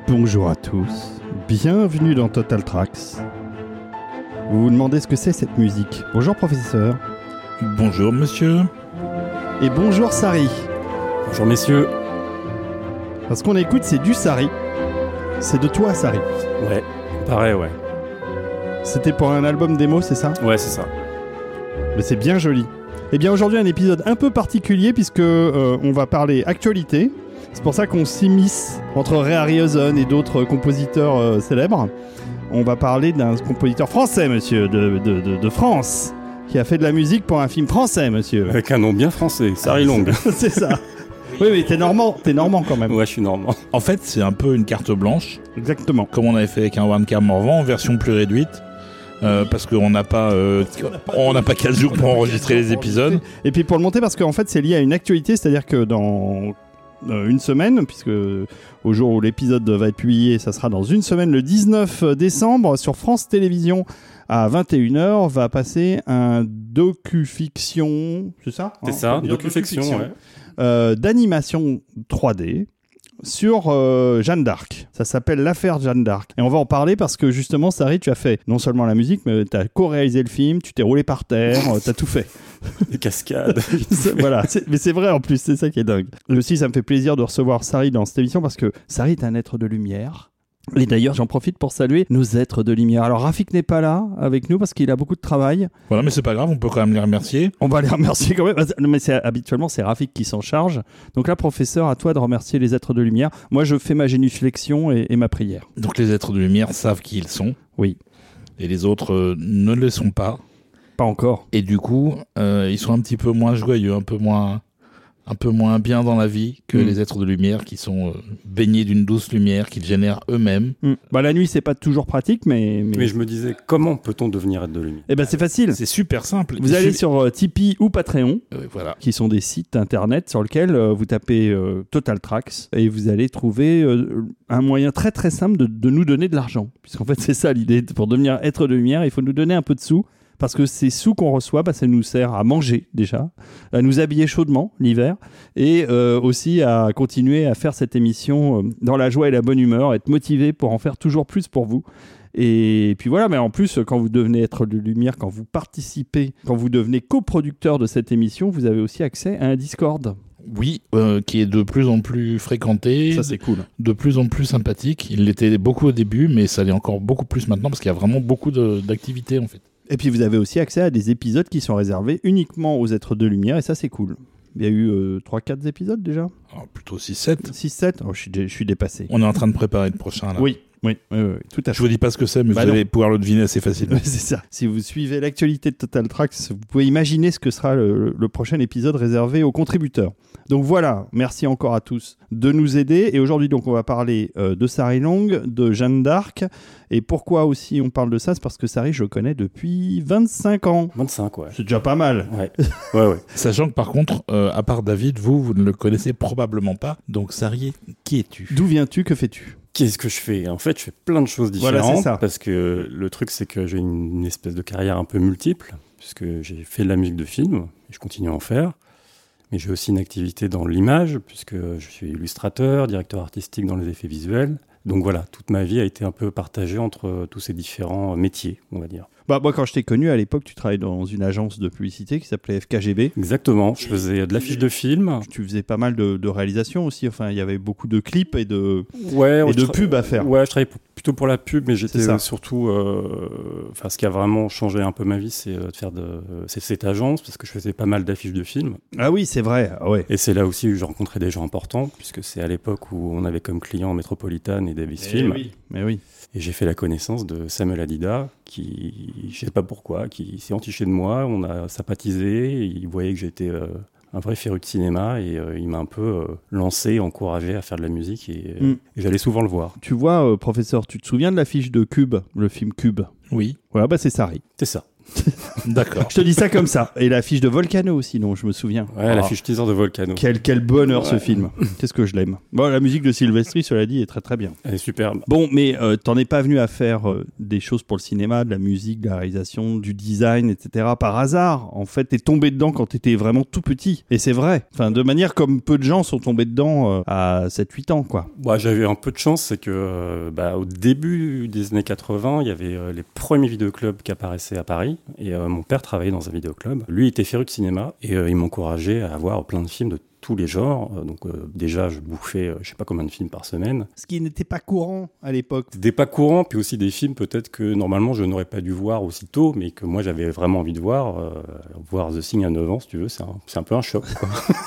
Bonjour à tous, bienvenue dans Total Tracks. Vous vous demandez ce que c'est cette musique. Bonjour professeur. Bonjour monsieur. Et bonjour Sari. Bonjour messieurs. Parce qu'on écoute, c'est du Sari. C'est de toi Sari. Ouais, pareil, ouais. C'était pour un album démo, c'est ça ? Ouais, c'est ça. Mais c'est bien joli. Eh bien aujourd'hui un épisode un peu particulier puisque on va parler actualité. C'est pour ça qu'on s'immisce entre Ray Harryhausen et d'autres compositeurs célèbres. On va parler d'un compositeur français, monsieur, de France, qui a fait de la musique pour un film français, monsieur. Avec un nom bien français, Sari Long. C'est ça. Oui, mais t'es normand quand même. Ouais, je suis normand. En fait, c'est un peu une carte blanche. Exactement. Comme on avait fait avec un One-Cam Morvan, en version plus réduite. Parce qu'on n'a pas 15 jours pour enregistrer les épisodes. Et puis pour le monter, parce qu'en fait, c'est lié à une actualité, c'est-à-dire que dans une semaine, puisque au jour où l'épisode va être publié, ça sera dans une semaine, le 19 décembre, sur France Télévisions, à 21h, va passer un docu-fiction, c'est ça ? C'est ça, docu-fiction, ouais. D'animation 3D sur Jeanne d'Arc. Ça s'appelle l'affaire Jeanne d'Arc. Et on va en parler parce que justement, Sari, tu as fait non seulement la musique, mais tu as co-réalisé le film, tu t'es roulé par terre, tu as tout fait. Des cascades. Voilà, mais c'est vrai en plus, c'est ça qui est dingue. Et aussi, ça me fait plaisir de recevoir Sari dans cette émission parce que Sari est un être de lumière. Et d'ailleurs, j'en profite pour saluer nos êtres de lumière. Alors, Rafik n'est pas là avec nous parce qu'il a beaucoup de travail. Voilà, mais c'est pas grave, on peut quand même les remercier. On va les remercier quand même. Non, mais habituellement, c'est Rafik qui s'en charge. Donc là, professeur, à toi de remercier les êtres de lumière. Moi, je fais ma génuflexion et ma prière. Donc les êtres de lumière savent qui ils sont. Oui. Et les autres ne le sont pas. Pas encore. Et du coup, ils sont un petit peu moins joyeux, un peu moins bien dans la vie que les êtres de lumière qui sont baignés d'une douce lumière qu'ils génèrent eux-mêmes. Bah, la nuit, c'est pas toujours pratique, mais je me disais, comment peut-on devenir être de lumière ? Eh ben, c'est facile. C'est super simple. Vous allez sur Tipeee ou Patreon, voilà. qui sont des sites internet sur lesquels vous tapez Total Tracks et vous allez trouver un moyen très très simple de nous donner de l'argent. Puisqu'en fait, c'est ça l'idée. Pour devenir être de lumière, il faut nous donner un peu de sous. Parce que ces sous qu'on reçoit, ça nous sert à manger déjà, à nous habiller chaudement l'hiver et aussi à continuer à faire cette émission dans la joie et la bonne humeur, être motivé pour en faire toujours plus pour vous. Et puis voilà, mais en plus, quand vous devenez être de lumière, quand vous participez, quand vous devenez coproducteur de cette émission, vous avez aussi accès à un Discord. Oui, qui est de plus en plus fréquenté. Ça, c'est cool. De plus en plus sympathique. Il l'était beaucoup au début, mais ça l'est encore beaucoup plus maintenant parce qu'il y a vraiment beaucoup d'activités en fait. Et puis vous avez aussi accès à des épisodes qui sont réservés uniquement aux êtres de lumière, et ça c'est cool. Il y a eu 3-4 épisodes déjà. Alors, plutôt 6-7. 6-7 ? Oh, je suis dépassé. On est en train de préparer le prochain là. Oui, tout à fait. Je vous dis pas ce que c'est, mais vous allez pouvoir le deviner assez facilement. C'est ça. Si vous suivez l'actualité de Total Tracks, vous pouvez imaginer ce que sera le prochain épisode réservé aux contributeurs. Donc voilà, merci encore à tous de nous aider. Et aujourd'hui, donc, on va parler de Sari Long, de Jeanne d'Arc. Et pourquoi aussi on parle de ça ? C'est parce que Sari, je connais depuis 25 ans. 25, ouais. C'est déjà pas mal. Ouais. Sachant que par contre, à part David, vous ne le connaissez probablement pas. Donc Sari, qui es-tu ? D'où viens-tu ? Que fais-tu ? Qu'est-ce que je fais ? En fait, je fais plein de choses différentes. Voilà, c'est ça. Parce que le truc, c'est que j'ai une espèce de carrière un peu multiple, puisque j'ai fait de la musique de film, et je continue à en faire. Mais j'ai aussi une activité dans l'image, puisque je suis illustrateur, directeur artistique dans les effets visuels. Donc voilà, toute ma vie a été un peu partagée entre tous ces différents métiers, on va dire. Bah, moi, quand je t'ai connu, à l'époque, tu travaillais dans une agence de publicité qui s'appelait FKGB. Exactement, je faisais de l'affiche de film. Tu faisais pas mal de réalisations aussi, enfin, il y avait beaucoup de clips et de pubs à faire. Ouais, je travaillais plutôt pour la pub, mais j'étais surtout... ce qui a vraiment changé un peu ma vie, c'est de faire c'est cette agence, parce que je faisais pas mal d'affiches de films. Ah oui, c'est vrai, ouais. Et c'est là aussi où j'ai rencontré des gens importants, puisque c'est à l'époque où on avait comme clients Metropolitan et Davis Film. Mais oui. Et j'ai fait la connaissance de Samuel Hadida, qui, je sais pas pourquoi, qui s'est entiché de moi, on a sympathisé, il voyait que j'étais un vrai féru de cinéma, et il m'a un peu lancé, encouragé à faire de la musique, et j'allais souvent le voir. Tu vois, professeur, tu te souviens de l'affiche de Cube, le film Cube ? Oui. Voilà, bah c'est Sari. C'est ça. D'accord. Je te dis ça comme ça. Et l'affiche de Volcano aussi, non, je me souviens. Ouais, l'affiche teaser de Volcano. Quel bonheur ce film. Qu'est-ce que je l'aime. Bon, la musique de Silvestri, cela dit, est très très bien. Elle est superbe. Bon, mais t'en es pas venu à faire des choses pour le cinéma, de la musique, de la réalisation, du design, etc. par hasard. En fait, t'es tombé dedans quand t'étais vraiment tout petit. Et c'est vrai. Enfin, de manière comme peu de gens sont tombés dedans à 7-8 ans, quoi. Bah, j'avais un peu de chance, c'est que au début des années 80, il y avait les premiers vidéoclubs qui apparaissaient à Paris. Et mon père travaillait dans un vidéoclub. Lui était féru de cinéma et il m'encourageait à voir plein de films de tous les genres. Donc déjà, je bouffais je sais pas combien de films par semaine. Ce qui n'était pas courant à l'époque. C'était pas courant, puis aussi des films peut-être que normalement je n'aurais pas dû voir aussitôt, mais que moi j'avais vraiment envie de voir. Voir The Thing à 9 ans, si tu veux, c'est un peu un choc, quoi.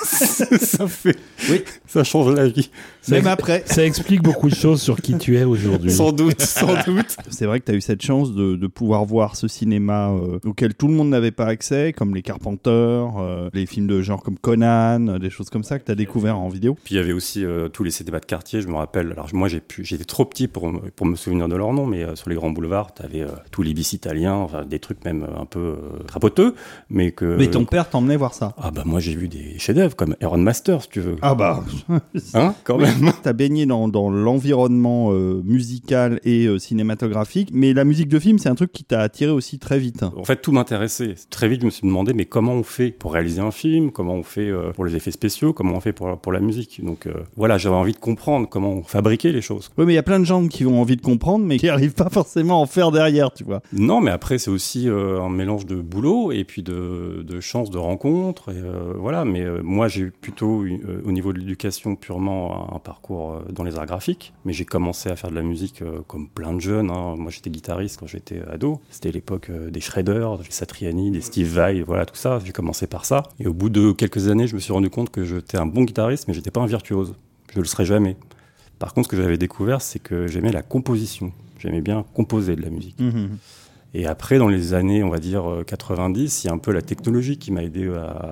Ça change la vie. Même après. Ça explique beaucoup de choses sur qui tu es aujourd'hui. Sans doute. C'est vrai que tu as eu cette chance de pouvoir voir ce cinéma auquel tout le monde n'avait pas accès, comme les Carpenters, les films de genre comme Conan, des choses comme ça que tu as découvert en vidéo. Puis il y avait aussi tous les cinémas de quartier, je me rappelle. Alors moi j'étais trop petit pour me souvenir de leur nom, mais sur les grands boulevards, tu avais tous les bis italiens, enfin, des trucs même un peu trapoteux. Mais ton père t'emmenait voir ça. Ah bah moi j'ai vu des chefs-d'œuvre comme Iron Master, si tu veux. Ah bah... Hein, quand même. T'as baigné dans l'environnement musical et cinématographique, mais la musique de film, c'est un truc qui t'a attiré aussi très vite. En fait, tout m'intéressait. Très vite, je me suis demandé, mais comment on fait pour réaliser un film? Comment on fait pour les effets spéciaux? Comment on fait pour la musique? Donc voilà, j'avais envie de comprendre comment fabriquer les choses. Oui, mais il y a plein de gens qui ont envie de comprendre, mais qui n'arrivent pas forcément à en faire derrière, tu vois. Non, mais après, c'est aussi un mélange de boulot et puis de chance de rencontre. Et, voilà, mais moi, j'ai eu plutôt, au niveau de l'éducation, purement un parcours dans les arts graphiques. Mais j'ai commencé à faire de la musique comme plein de jeunes. Hein. Moi, j'étais guitariste quand j'étais ado. C'était l'époque des Shredders, des Satriani, des Steve Vai, voilà, tout ça. J'ai commencé par ça. Et au bout de quelques années, je me suis rendu compte que j'étais un bon guitariste, mais j'étais pas un virtuose. Je le serai jamais. Par contre, ce que j'avais découvert, c'est que j'aimais la composition. J'aimais bien composer de la musique. Mmh. Et après, dans les années, on va dire 90, il y a un peu la technologie qui m'a aidé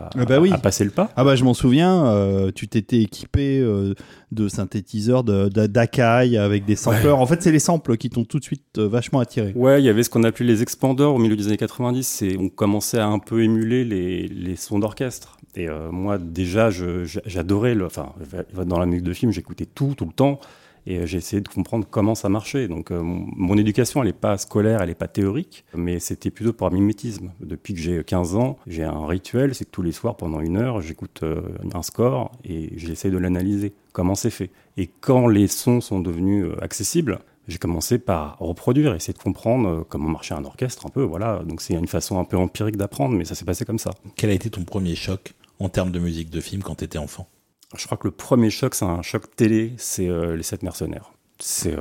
à passer le pas. Ah bah je m'en souviens, tu t'étais équipé de synthétiseurs d'Akai avec des sampleurs. Ouais. En fait, c'est les samples qui t'ont tout de suite vachement attiré. Ouais, il y avait ce qu'on appelait les expanders au milieu des années 90. On commençait à un peu émuler les sons d'orchestre. Et moi, déjà, j'adorais dans la musique de film, j'écoutais tout le temps. Et j'ai essayé de comprendre comment ça marchait. Donc mon éducation, elle n'est pas scolaire, elle n'est pas théorique, mais c'était plutôt par mimétisme. Depuis que j'ai 15 ans, j'ai un rituel, c'est que tous les soirs, pendant 1 heure, j'écoute un score et j'essaie de l'analyser, comment c'est fait. Et quand les sons sont devenus accessibles, j'ai commencé par reproduire, essayer de comprendre comment marchait un orchestre un peu. Voilà. Donc c'est une façon un peu empirique d'apprendre, mais ça s'est passé comme ça. Quel a été ton premier choc en termes de musique de film quand tu étais enfant ? Je crois que le premier choc, c'est un choc télé, c'est Les 7 mercenaires. C'est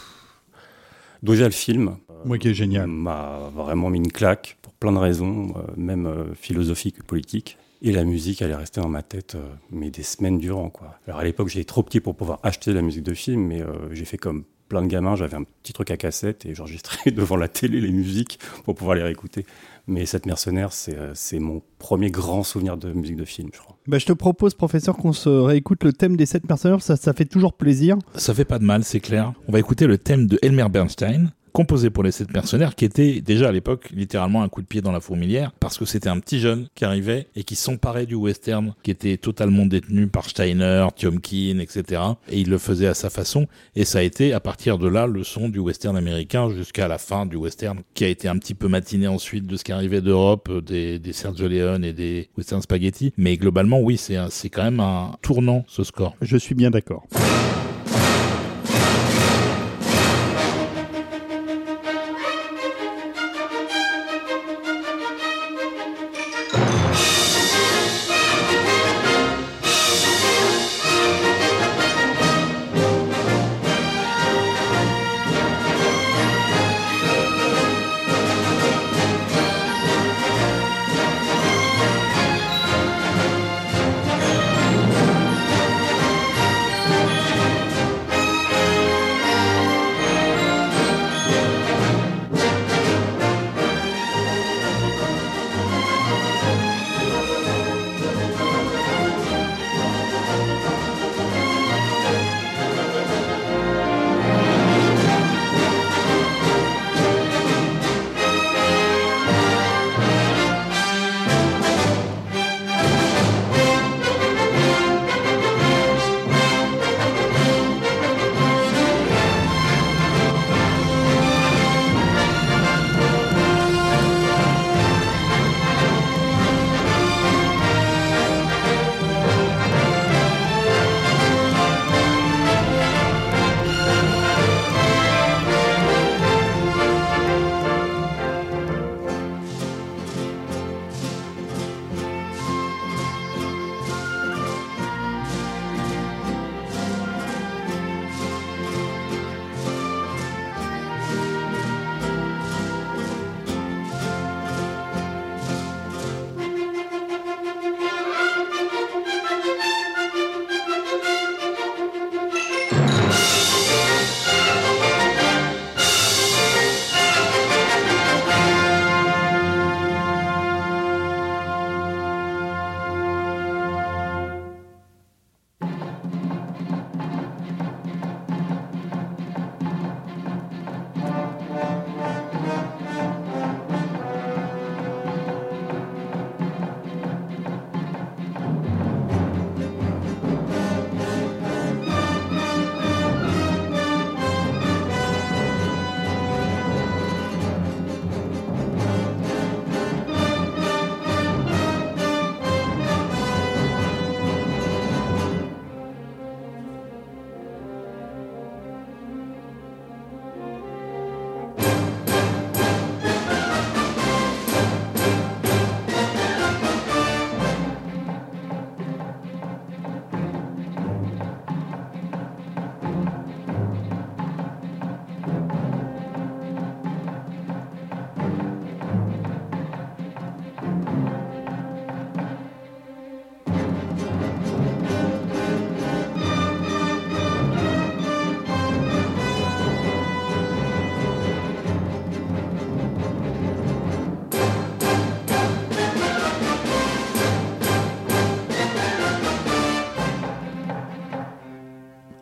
déjà le film. Moi qui est génial. M'a vraiment mis une claque pour plein de raisons, même philosophiques et politiques. Et la musique, elle est restée dans ma tête mais des semaines durant, quoi. Alors à l'époque, j'étais trop petit pour pouvoir acheter la musique de film, mais j'ai fait comme plein de gamins, j'avais un petit truc à cassette et j'enregistrais devant la télé les musiques pour pouvoir les réécouter. Mais 7 mercenaires, c'est mon premier grand souvenir de musique de film, je crois. Bah, je te propose, professeur, qu'on se réécoute le thème des 7 mercenaires, ça fait toujours plaisir. Ça fait pas de mal, c'est clair. On va écouter le thème de Elmer Bernstein, composé pour les 7 mercenaires, qui était déjà à l'époque littéralement un coup de pied dans la fourmilière, parce que c'était un petit jeune qui arrivait et qui s'emparait du western, qui était totalement détenu par Steiner, Tiomkin, etc. Et il le faisait à sa façon, et ça a été à partir de là le son du western américain jusqu'à la fin du western, qui a été un petit peu matiné ensuite de ce qui arrivait d'Europe, des Sergio Leone et des western spaghetti. Mais globalement, oui, c'est quand même un tournant, ce score. Je suis bien d'accord.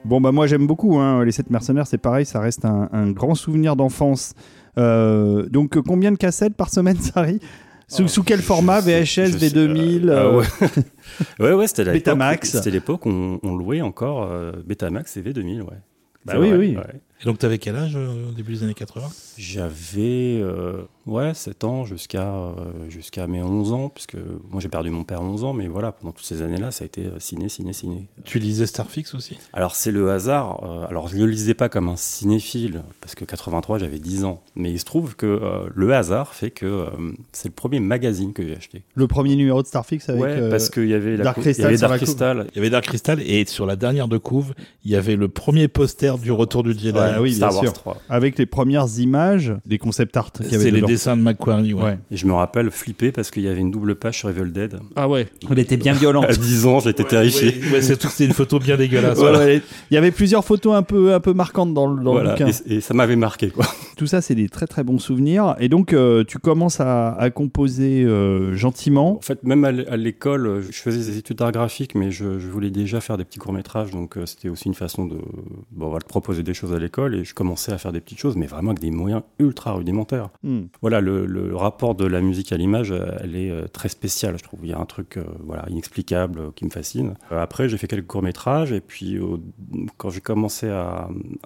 Bon, bah moi j'aime beaucoup, hein. Les 7 mercenaires, c'est pareil, ça reste un grand souvenir d'enfance. Donc combien de cassettes par semaine, Sari ? Sous quel format ? VHS, V2000 Ouais, c'était Betamax. C'était l'époque où on louait encore Betamax et V2000, ouais. Bah oui, oui. Ouais. Et donc, t'avais quel âge au début des années 80 ? J'avais 7 ans jusqu'à mes 11 ans, puisque moi j'ai perdu mon père à 11 ans, mais voilà, pendant toutes ces années-là, ça a été ciné. Tu lisais Starfix aussi ? Alors c'est le hasard, alors je ne le lisais pas comme un cinéphile, parce que 83 j'avais 10 ans, mais il se trouve que le hasard fait que c'est le premier magazine que j'ai acheté. Le premier numéro de Starfix avec parce qu'il y avait Dark Crystal. Il y avait Dark Crystal et sur la dernière de couve, il y avait le premier poster du Retour du Jedi. Ah oui, Star bien Wars sûr. 3. Avec les premières images des concept art qu'il y avait C'est les dedans. dessins de McQuarrie, ouais. Et je me rappelle flipper parce qu'il y avait une double page sur Evil Dead. Ah ouais. Elle était bien violente. À 10 ans, j'étais terrifié. Ouais, c'était une photo bien dégueulasse. Ouais, ouais. Il y avait plusieurs photos un peu marquantes dans le bouquin. Et ça m'avait marqué, quoi. Tout ça, c'est des très très bons souvenirs. Et donc, tu commences à composer gentiment. En fait, même à l'école, je faisais des études d'art graphique, mais je voulais déjà faire des petits courts-métrages, donc c'était aussi une façon de proposer des choses à l'école, et je commençais à faire des petites choses, mais vraiment avec des moyens ultra rudimentaires. Voilà, le rapport de la musique à l'image, elle est très spéciale, je trouve. Il y a un truc inexplicable qui me fascine. Après, j'ai fait quelques courts-métrages, et puis quand j'ai commencé à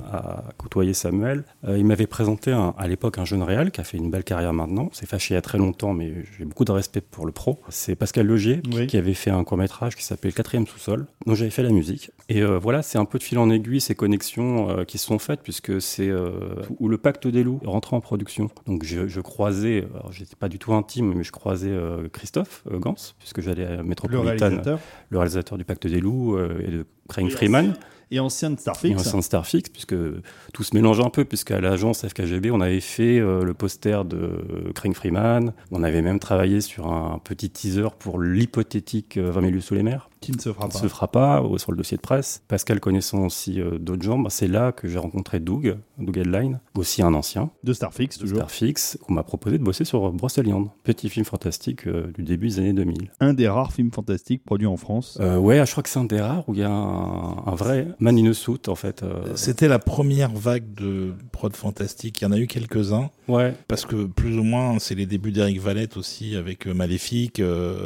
côtoyer Samuel, il m'avait présenté à l'époque un jeune réal qui a fait une belle carrière maintenant. C'est fâché il y a très longtemps, mais j'ai beaucoup de respect pour le pro. C'est Pascal Logier qui avait fait un court-métrage qui s'appelle 4e sous-sol, dont j'avais fait la musique. Et voilà, c'est un peu de fil en aiguille ces connexions qui se sont faites, puisque c'est où le Pacte des loups rentrait en production. Donc je croisais, alors j'étais pas du tout intime, mais je croisais Christophe Gans, puisque j'allais à Métropolitane, le réalisateur du Pacte des loups et de Craig Freeman. Et ancien de Starfix. Puisque tout se mélange un peu, puisqu'à l'agence FKGB, on avait fait le poster de Craig Freeman. On avait même travaillé sur un petit teaser pour l'hypothétique 20 000 lieues sous les mers. Qui ne se fera pas sur le dossier de presse. Pascal connaissant aussi d'autres gens, c'est là que j'ai rencontré Doug Headline, aussi un ancien. De Starfix, toujours. Starfix, qu'on m'a proposé de bosser sur Brocéliande, petit film fantastique du début des années 2000. Un des rares films fantastiques produits en France. Ouais, je crois que c'est un des rares où il y a un vrai man in a suit, en fait. C'était la première vague de prod fantastique. Il y en a eu quelques-uns. Ouais. Parce que plus ou moins, c'est les débuts d'Éric Valette aussi, avec Maléfique.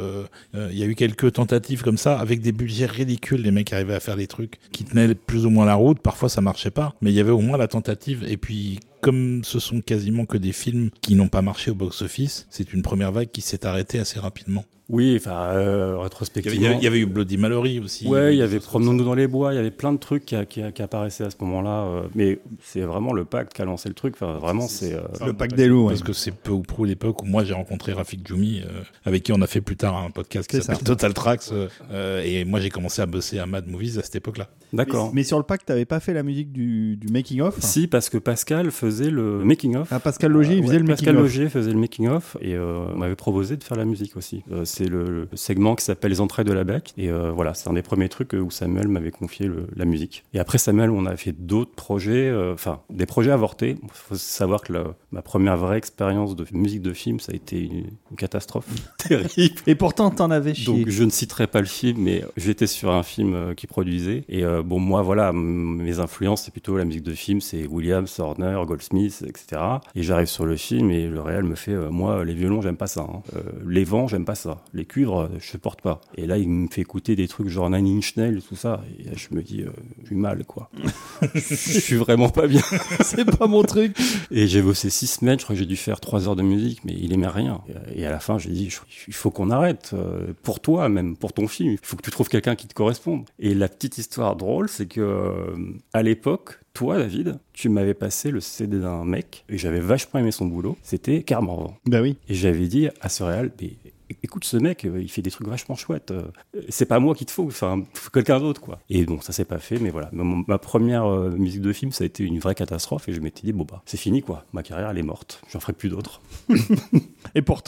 Il y a eu quelques tentatives comme ça, avec des budgets ridicules. Les mecs arrivaient à faire des trucs qui tenaient plus ou moins la route. Parfois, ça marchait pas. Mais il y avait au moins la tentative. Et puis, comme ce sont quasiment que des films qui n'ont pas marché au box-office, c'est une première vague qui s'est arrêtée assez rapidement. Oui, enfin, rétrospectivement. Il y avait eu Bloody Mallory aussi. Ouais, il y avait Promenons-nous dans les bois, il y avait plein de trucs qui apparaissaient à ce moment-là. Mais c'est vraiment le Pacte qui a lancé le truc. Enfin, vraiment, c'est le Pacte des loups. Parce que c'est peu ou prou l'époque où moi j'ai rencontré Rafik Djoumi, avec qui on a fait plus tard un podcast qui s'appelle Total Tracks. Et moi j'ai commencé à bosser à Mad Movies à cette époque-là. D'accord. Mais sur le Pacte, t'avais pas fait la musique du making-of ? Si, parce que Pascal faisait le making-of. Ah, Pascal Logier, il faisait le making-of. Pascal Logier faisait le making-of et on m'avait proposé de faire la musique aussi. C'est le segment qui s'appelle Les Entrailles de la Bec. Et voilà, c'est un des premiers trucs où Samuel m'avait confié la musique. Et après Samuel, on a fait d'autres projets, des projets avortés. Il faut savoir que ma première vraie expérience de musique de film, ça a été une catastrophe terrible. Et pourtant, t'en avais chié. Donc je ne citerai pas le film, mais j'étais sur un film qui produisait. Et bon, moi, voilà, mes influences, c'est plutôt la musique de film, c'est Williams, Horner, Goldsmith, etc. Et j'arrive sur le film et le réal me fait, moi, les violons, j'aime pas ça. Les vents, j'aime pas ça. Les cuivres, je supporte pas. Et là, il me fait écouter des trucs genre Nine Inch Nails et tout ça. Et là, je me dis, je suis mal, quoi. Je suis vraiment pas bien. C'est pas mon truc. Et j'ai bossé 6 semaines, je crois que j'ai dû faire 3 heures de musique, mais il aimait rien. Et à la fin, j'ai dit, il faut qu'on arrête. Pour toi, même, pour ton film. Il faut que tu trouves quelqu'un qui te corresponde. Et la petite histoire drôle, c'est que à l'époque, toi, David, tu m'avais passé le CD d'un mec et j'avais vachement aimé son boulot. C'était Carmorvan. Bah oui. Et j'avais dit à ce réal, écoute, ce mec, il fait des trucs vachement chouettes. C'est pas moi qu'il te faut, enfin, faut quelqu'un d'autre, quoi. Et bon, ça s'est pas fait, mais voilà. Ma première musique de film, ça a été une vraie catastrophe et je m'étais dit, bon, bah, c'est fini, quoi. Ma carrière, elle est morte. J'en ferai plus d'autres. Et pourtant,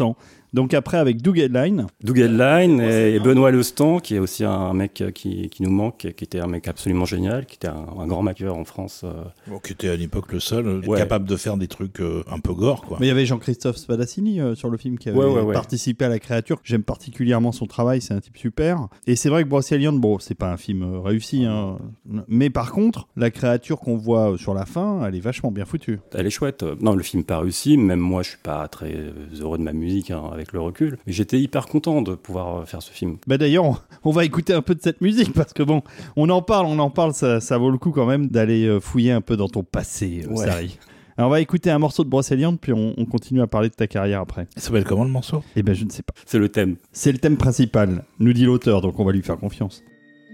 Donc après, avec Doug Headline. Doug Headline et Benoît Lestan, qui est aussi un mec qui nous manque, qui était un mec absolument génial, qui était un grand maquilleur en France. Qui était à l'époque le seul capable de faire des trucs un peu gore, quoi. Mais il y avait Jean-Christophe Spadassini sur le film qui avait participé à La Créature. J'aime particulièrement son travail, c'est un type super. Et c'est vrai que Brocéliande, bon, c'est pas un film réussi, hein. Mais par contre, La Créature qu'on voit sur la fin, elle est vachement bien foutue. Elle est chouette. Non, le film pas réussi, même moi je suis pas très heureux de ma musique avec le recul, mais j'étais hyper content de pouvoir faire ce film. Bah d'ailleurs, on va écouter un peu de cette musique parce que bon, on en parle, ça vaut le coup quand même d'aller fouiller un peu dans ton passé, Sari. Alors on va écouter un morceau de Brocéliande, puis on continue à parler de ta carrière après. Ça s'appelle comment le morceau ? Eh ben je ne sais pas. C'est le thème. C'est le thème principal, nous dit l'auteur, donc on va lui faire confiance.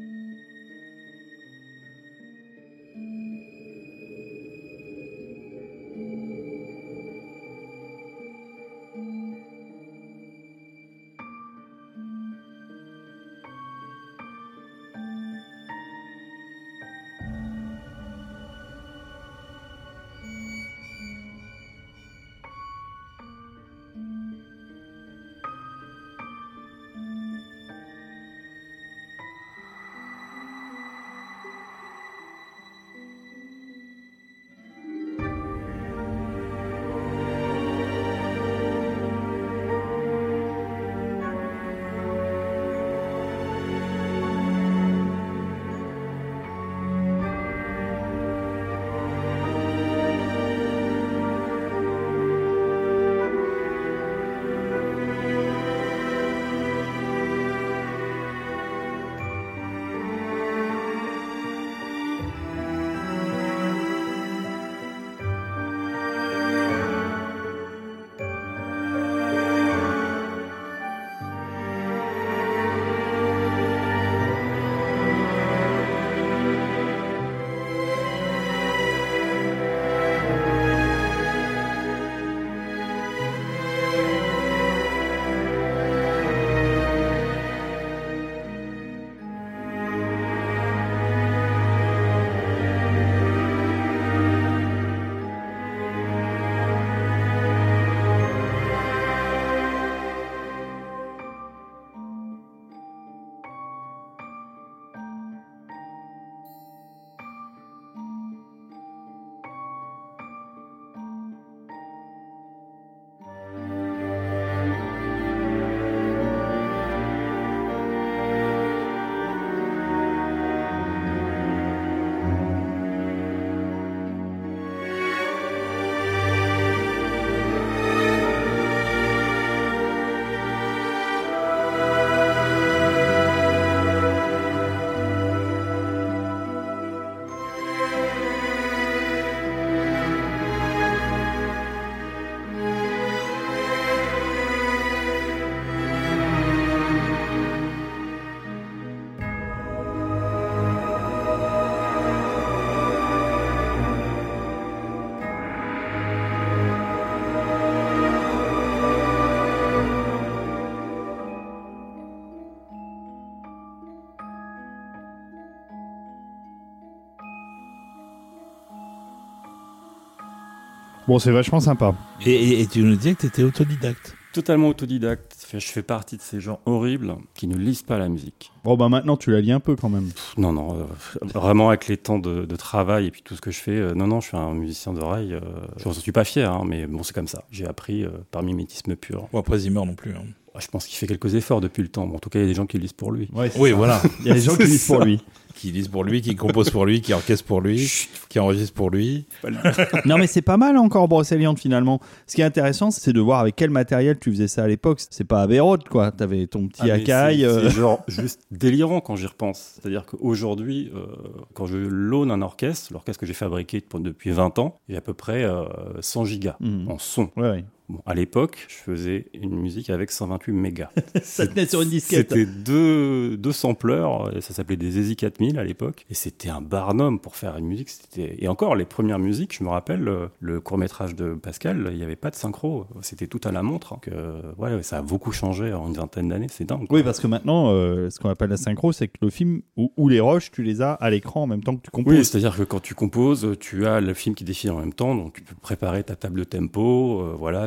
Bon, c'est vachement sympa. Et tu nous disais que tu étais autodidacte. Totalement autodidacte. Je fais partie de ces gens horribles qui ne lisent pas la musique. Bon, bah maintenant, tu la lis un peu quand même. Non, vraiment avec les temps de travail et puis tout ce que je fais, non, je suis un musicien d'oreille. Je ne suis pas fier, mais bon, c'est comme ça. J'ai appris par mimétisme pur. Bon, après Zimmer non plus. Je pense qu'il fait quelques efforts depuis le temps. Bon, en tout cas, il y a des gens qui lisent pour lui. Ouais, oui, voilà. Il y a des gens qui lisent pour lui. Qui lisent pour lui, qui composent pour lui, qui orchestrent pour lui, qui enregistrent pour lui. Non, mais c'est pas mal encore Brocéliande finalement. Ce qui est intéressant, c'est de voir avec quel matériel tu faisais ça à l'époque. C'est pas Abbey Road, quoi. T'avais ton petit Akai. C'est genre juste délirant quand j'y repense. C'est-à-dire qu'aujourd'hui, quand je loan un orchestre, l'orchestre que j'ai fabriqué depuis 20 ans, j'ai à peu près 100 gigas en son. Ouais. Bon, à l'époque, je faisais une musique avec 128 mégas. Ça tenait sur une disquette. C'était deux sampleurs, ça s'appelait des ESI 4000 à l'époque, et c'était un barnum pour faire une musique. Et encore, les premières musiques, je me rappelle, le court-métrage de Pascal, il n'y avait pas de synchro, c'était tout à la montre. Donc, ça a beaucoup changé en une vingtaine d'années, c'est dingue. Oui, parce que maintenant, ce qu'on appelle la synchro, c'est que le film ou les rushs, tu les as à l'écran en même temps que tu composes. Oui, c'est-à-dire que quand tu composes, tu as le film qui défile en même temps, donc tu peux préparer ta table de tempo,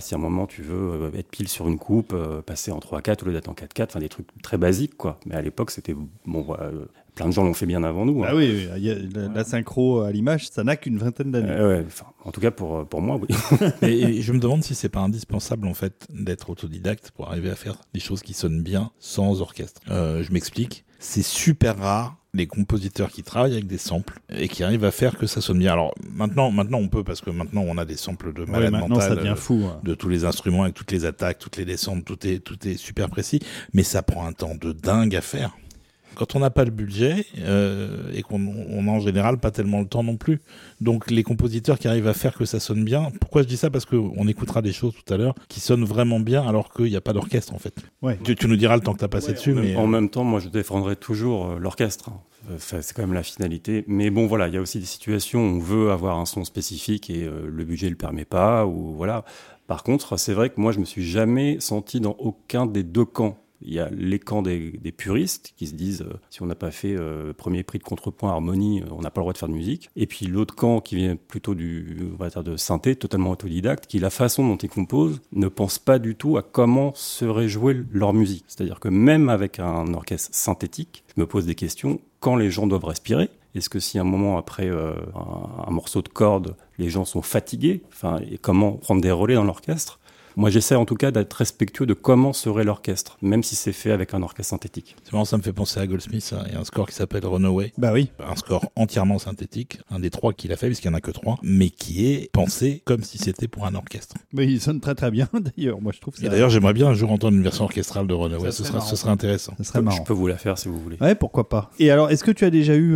si à un moment tu veux être pile sur une coupe, passer en 3/4 au lieu d'être en 4/4, enfin des trucs très basiques, quoi. Mais à l'époque, c'était bon. Voilà, plein de gens l'ont fait bien avant nous. Ah oui, la synchro à l'image, ça n'a qu'une vingtaine d'années. Ouais, en tout cas pour moi, oui. Et je me demande si c'est pas indispensable en fait d'être autodidacte pour arriver à faire des choses qui sonnent bien sans orchestre. Je m'explique. C'est super rare les compositeurs qui travaillent avec des samples et qui arrivent à faire que ça sonne bien. Alors maintenant on peut, parce que maintenant on a des samples de malade mental. Maintenant ça devient fou. De tous les instruments avec toutes les attaques, toutes les descentes, tout est super précis. Mais ça prend un temps de dingue à faire. Quand on n'a pas le budget et qu'on a en général pas tellement le temps non plus. Donc les compositeurs qui arrivent à faire que ça sonne bien, pourquoi je dis ça? Parce qu'on écoutera des choses tout à l'heure qui sonnent vraiment bien alors qu'il n'y a pas d'orchestre en fait. Ouais. Tu nous diras le temps que tu as passé dessus. Mais en même temps, moi je défendrai toujours l'orchestre. C'est quand même la finalité. Mais bon, voilà, il y a aussi des situations où on veut avoir un son spécifique et le budget ne le permet pas. Ou voilà. Par contre, c'est vrai que moi je me suis jamais senti dans aucun des deux camps. Il y a les camps des puristes qui se disent si on n'a pas fait premier prix de contrepoint harmonie, on n'a pas le droit de faire de musique. Et puis l'autre camp qui vient plutôt de synthé, totalement autodidacte, qui la façon dont ils composent ne pense pas du tout à comment serait jouée leur musique. C'est-à-dire que même avec un orchestre synthétique, je me pose des questions quand les gens doivent respirer. Est-ce que si un moment après un morceau de corde, les gens sont fatigués, et comment prendre des relais dans l'orchestre? Moi, j'essaie en tout cas d'être respectueux de comment serait l'orchestre, même si c'est fait avec un orchestre synthétique. C'est marrant, ça me fait penser à Goldsmith. Il y a un score qui s'appelle Runaway. Bah oui. Un score entièrement synthétique, un des 3 qu'il a fait, puisqu'il n'y en a que 3, mais qui est pensé comme si c'était pour un orchestre. Mais il sonne très très bien d'ailleurs. Moi, je trouve ça. Et d'ailleurs, j'aimerais bien un jour entendre une version orchestrale de Runaway. Ce serait intéressant. Ça serait marrant. Je peux vous la faire si vous voulez. Ouais, pourquoi pas. Et alors, est-ce que tu as déjà eu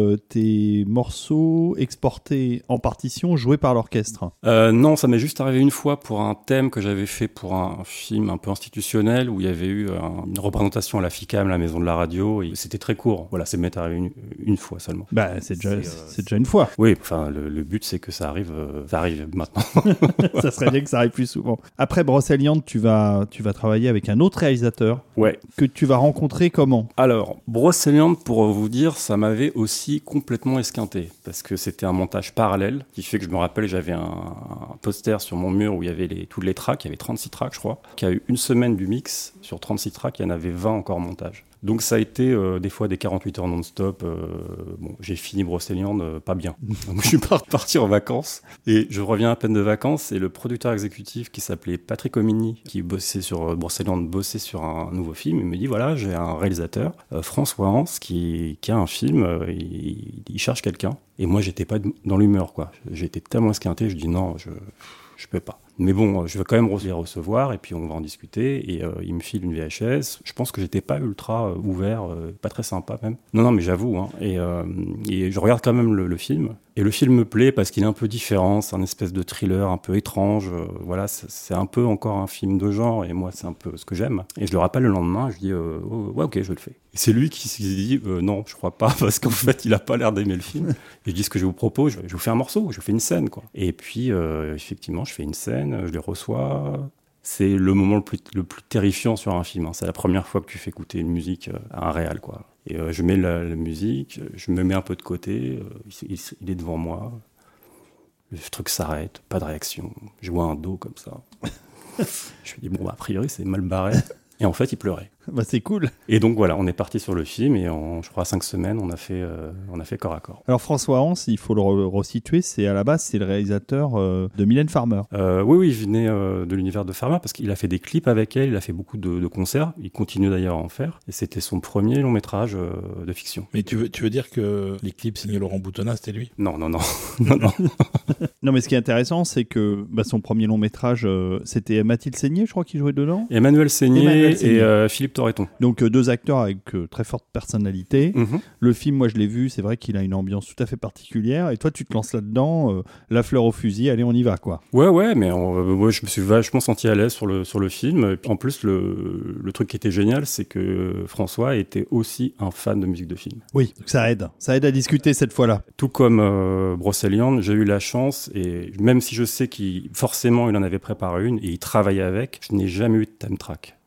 tes morceaux exportés en partition joués par l'orchestre? Non, ça m'est juste arrivé une fois pour un thème que j'avais fait pour un film un peu institutionnel où il y avait eu une représentation à la FICAM, la maison de la radio, et c'était très court. Voilà, c'est m'est arrivé une fois seulement. Bah, c'est déjà une fois. Oui, enfin, le but c'est que ça arrive maintenant. Ça serait bien que ça arrive plus souvent. Après Brocéliande, tu vas travailler avec un autre réalisateur. Ouais. Que tu vas rencontrer comment? Alors, Brocéliande, pour vous dire, ça m'avait aussi complètement esquinté, parce que c'était un montage parallèle, qui fait que je me rappelle, j'avais un poster sur mon mur où il y avait toutes les tracks, il y avait 36 tracks, je crois, qui a eu une semaine du mix, sur 36 tracks, il y en avait 20 encore en montage. Donc ça a été des fois des 48 heures non-stop. Bon, j'ai fini Brocéliande pas bien. Donc je suis parti en vacances et je reviens à peine de vacances et le producteur exécutif qui s'appelait Patrick Omini, qui bossait sur Brocéliande, bossait sur un nouveau film. Il me dit voilà, j'ai un réalisateur, François Hans, qui a un film, il cherche quelqu'un. Et moi j'étais pas dans l'humeur, quoi. J'étais tellement esquinté, je dis non, je peux pas. Mais bon, je vais quand même les recevoir et puis on va en discuter. Et il me file une VHS. Je pense que j'étais pas ultra ouvert, pas très sympa même. Non, mais j'avoue. Hein. Et je regarde quand même le film. Et le film me plaît parce qu'il est un peu différent. C'est un espèce de thriller un peu étrange. Voilà, c'est un peu encore un film de genre. Et moi, c'est un peu ce que j'aime. Et je le rappelle le lendemain. Je dis ouais, ok, je le fais. Et c'est lui qui s'est dit non, je crois pas parce qu'en fait, il a pas l'air d'aimer le film. Et je dis ce que je vous propose. Je vous fais un morceau. Je vous fais une scène, quoi. Et puis effectivement, je fais une scène. Je les reçois. C'est le moment le plus terrifiant sur un film. Hein. C'est la première fois que tu fais écouter une musique à un réal, quoi. Et je mets la musique, je me mets un peu de côté, il est devant moi. Le truc s'arrête, pas de réaction. Je vois un dos comme ça. Je me dis, bon, a priori, c'est mal barré. Et en fait, il pleurait. Bah, c'est cool. Et donc voilà, on est parti sur le film et en, je crois, 5 semaines, on a fait corps à corps. Alors François Hans, il faut le resituer, à la base, c'est le réalisateur de Mylène Farmer. Oui, je venais de l'univers de Farmer parce qu'il a fait des clips avec elle, il a fait beaucoup de concerts, il continue d'ailleurs à en faire. Et c'était son premier long métrage de fiction. Mais tu veux dire que les clips signés Laurent Boutonnat, c'était lui ? Non. Non. Non, mais ce qui est intéressant, c'est que son premier long métrage, c'était Mathilde Seigné, je crois, qui jouait dedans. Emmanuel Seigné et Philippe Torreton. Donc 2 acteurs avec très forte personnalité. Mm-hmm. Le film, moi je l'ai vu, c'est vrai qu'il a une ambiance tout à fait particulière. Et toi, tu te lances là-dedans, la fleur au fusil, allez, on y va, quoi. Ouais, mais moi je me suis vachement senti à l'aise sur le film. Et puis, en plus, le truc qui était génial, c'est que François était aussi un fan de musique de film. Oui, ça aide à discuter cette fois-là. Tout comme Brocéliande, j'ai eu la chance, et même si je sais qu'il forcément il en avait préparé une et il travaillait avec, je n'ai jamais eu de thème track.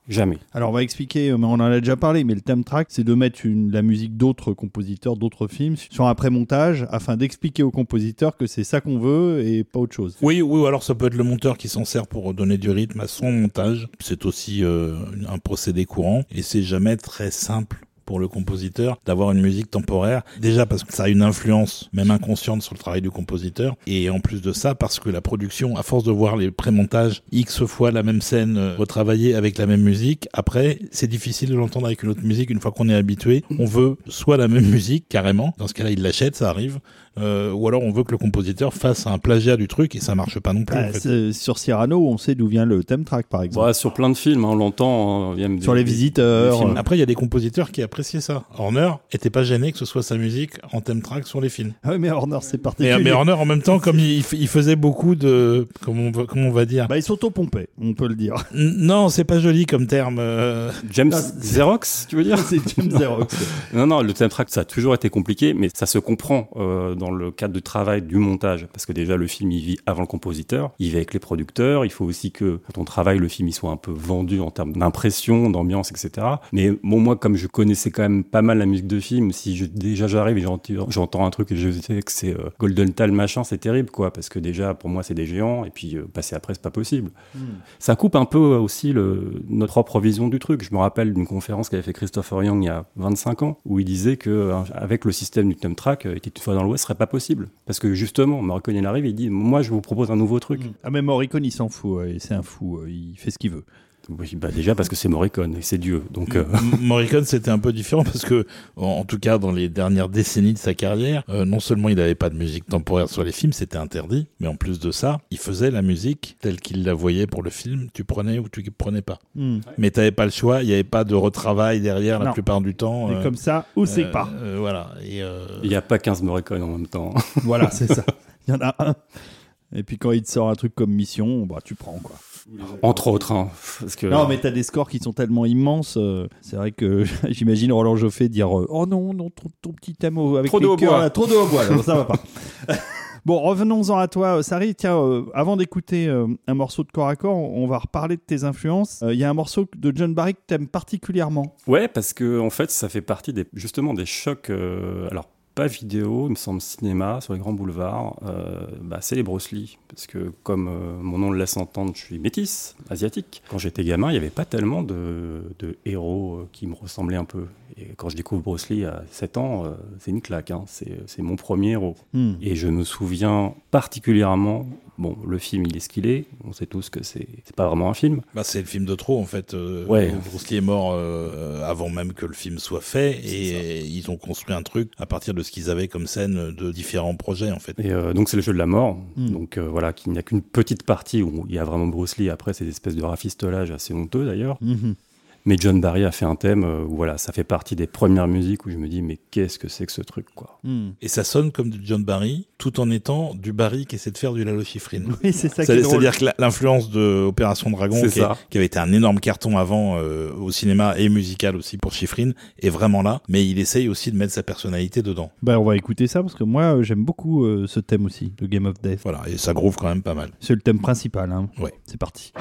Jamais. Alors on va expliquer, mais on en a déjà parlé, mais le theme track, c'est de mettre la musique d'autres compositeurs, d'autres films sur un pré-montage afin d'expliquer au compositeur que c'est ça qu'on veut et pas autre chose. Oui, ou alors ça peut être le monteur qui s'en sert pour donner du rythme à son montage. C'est aussi un procédé courant et c'est jamais très simple pour le compositeur d'avoir une musique temporaire, déjà parce que ça a une influence même inconsciente sur le travail du compositeur, et en plus de ça parce que la production, à force de voir les pré-montages X fois la même scène retravaillée avec la même musique, après c'est difficile de l'entendre avec une autre musique une fois qu'on est habitué. On veut soit la même musique carrément, dans ce cas-là il l'achète, ça arrive, ou alors on veut que le compositeur fasse un plagiat du truc et ça marche pas non plus. En fait. Sur Cyrano, on sait d'où vient le theme track par exemple. Ouais, sur plein de films, on l'entend. Sur Les Visiteurs. Après il y a des compositeurs qui appréciaient ça. Horner était pas gêné que ce soit sa musique en thème track sur les films. Ah oui, mais Horner c'est particulier. Mais Horner en même temps, comme il faisait beaucoup de, comment on va dire. Bah il s'auto-pompait, on peut le dire. Non, c'est pas joli comme terme. James Xerox, tu veux dire? C'est James Xerox. Non, le theme track ça a toujours été compliqué, mais ça se comprend dans le cadre du travail du montage, parce que déjà le film il vit avant le compositeur, il vit avec les producteurs, il faut aussi que quand on travaille le film il soit un peu vendu en termes d'impression, d'ambiance, etc. Mais bon, moi comme je connaissais quand même pas mal la musique de film, si déjà j'arrive et j'entends un truc et je sais que c'est Golden Tal machin, c'est terrible quoi, parce que déjà pour moi c'est des géants et puis passer après c'est pas possible. Ça coupe un peu aussi notre propre vision du truc. Je me rappelle d'une conférence qu'avait fait Christopher Young il y a 25 ans où il disait que avec le système du theme track, Était une fois dans l'Ouest serait pas possible. Parce que justement, Morricone il arrive et il dit moi je vous propose un nouveau truc. Ah mais Morricone il s'en fout, c'est un fou, il fait ce qu'il veut. Oui, bah déjà parce que c'est Morricone et c'est Dieu. Donc Morricone c'était un peu différent parce que en tout cas dans les dernières décennies de sa carrière, non seulement il n'avait pas de musique temporaire sur les films, c'était interdit, mais en plus de ça, il faisait la musique telle qu'il la voyait pour le film, tu prenais ou tu prenais pas. Mais t'avais pas le choix, il n'y avait pas de retravail derrière la plupart du temps. C'est comme ça ou c'est pas. Voilà. Il n'y a pas 15 Morricone en même temps. Voilà, c'est ça. Il y en a un. Et puis quand il te sort un truc comme Mission, bah tu prends quoi. Entre autres, hein, parce que... Non, mais t'as des scores qui sont tellement immenses. C'est vrai que j'imagine Roland Joffé dire oh non, ton petit thème avec trop les de cœurs, hautbois. là, trop de hautbois, là, ça va pas. Bon, revenons-en à toi, Sari. Tiens, avant d'écouter un morceau de corps à corps, on va reparler de tes influences. Il y a un morceau de John Barry que t'aimes particulièrement. Ouais, parce que en fait, ça fait partie justement des chocs. Alors, pas vidéo, il me semble cinéma, sur les grands boulevards, c'est les Bruce Lee. Parce que comme mon nom le laisse entendre, je suis métisse, asiatique. Quand j'étais gamin, il n'y avait pas tellement de héros qui me ressemblaient un peu. Et quand je découvre Bruce Lee à 7 ans, c'est une claque, hein. C'est mon premier héros. Et je me souviens particulièrement, bon, le film il est ce qu'il est, on sait tous que c'est pas vraiment un film. Bah, c'est le film de trop en fait. Ouais. Bruce Lee est mort avant même que le film soit fait et ils ont construit un truc à partir de ce qu'ils avaient comme scène de différents projets en fait. Et donc c'est le jeu de la mort, donc voilà, qu'il n'y a qu'une petite partie où il y a vraiment Bruce Lee, après c'est des espèces de rafistolage assez honteux d'ailleurs. Mais John Barry a fait un thème où voilà, ça fait partie des premières musiques où je me dis mais qu'est-ce que c'est que ce truc quoi. Et ça sonne comme du John Barry tout en étant du Barry qui essaie de faire du Lalo Schifrin. Oui, c'est ça qui est drôle. C'est-à-dire que l'influence de Opération Dragon qui avait été un énorme carton avant au cinéma et musical aussi pour Schifrin est vraiment là, mais il essaye aussi de mettre sa personnalité dedans. Bah on va écouter ça parce que moi j'aime beaucoup ce thème aussi, le Game of Death. Voilà, et ça groove quand même pas mal. C'est le thème principal, hein. Ouais. C'est parti.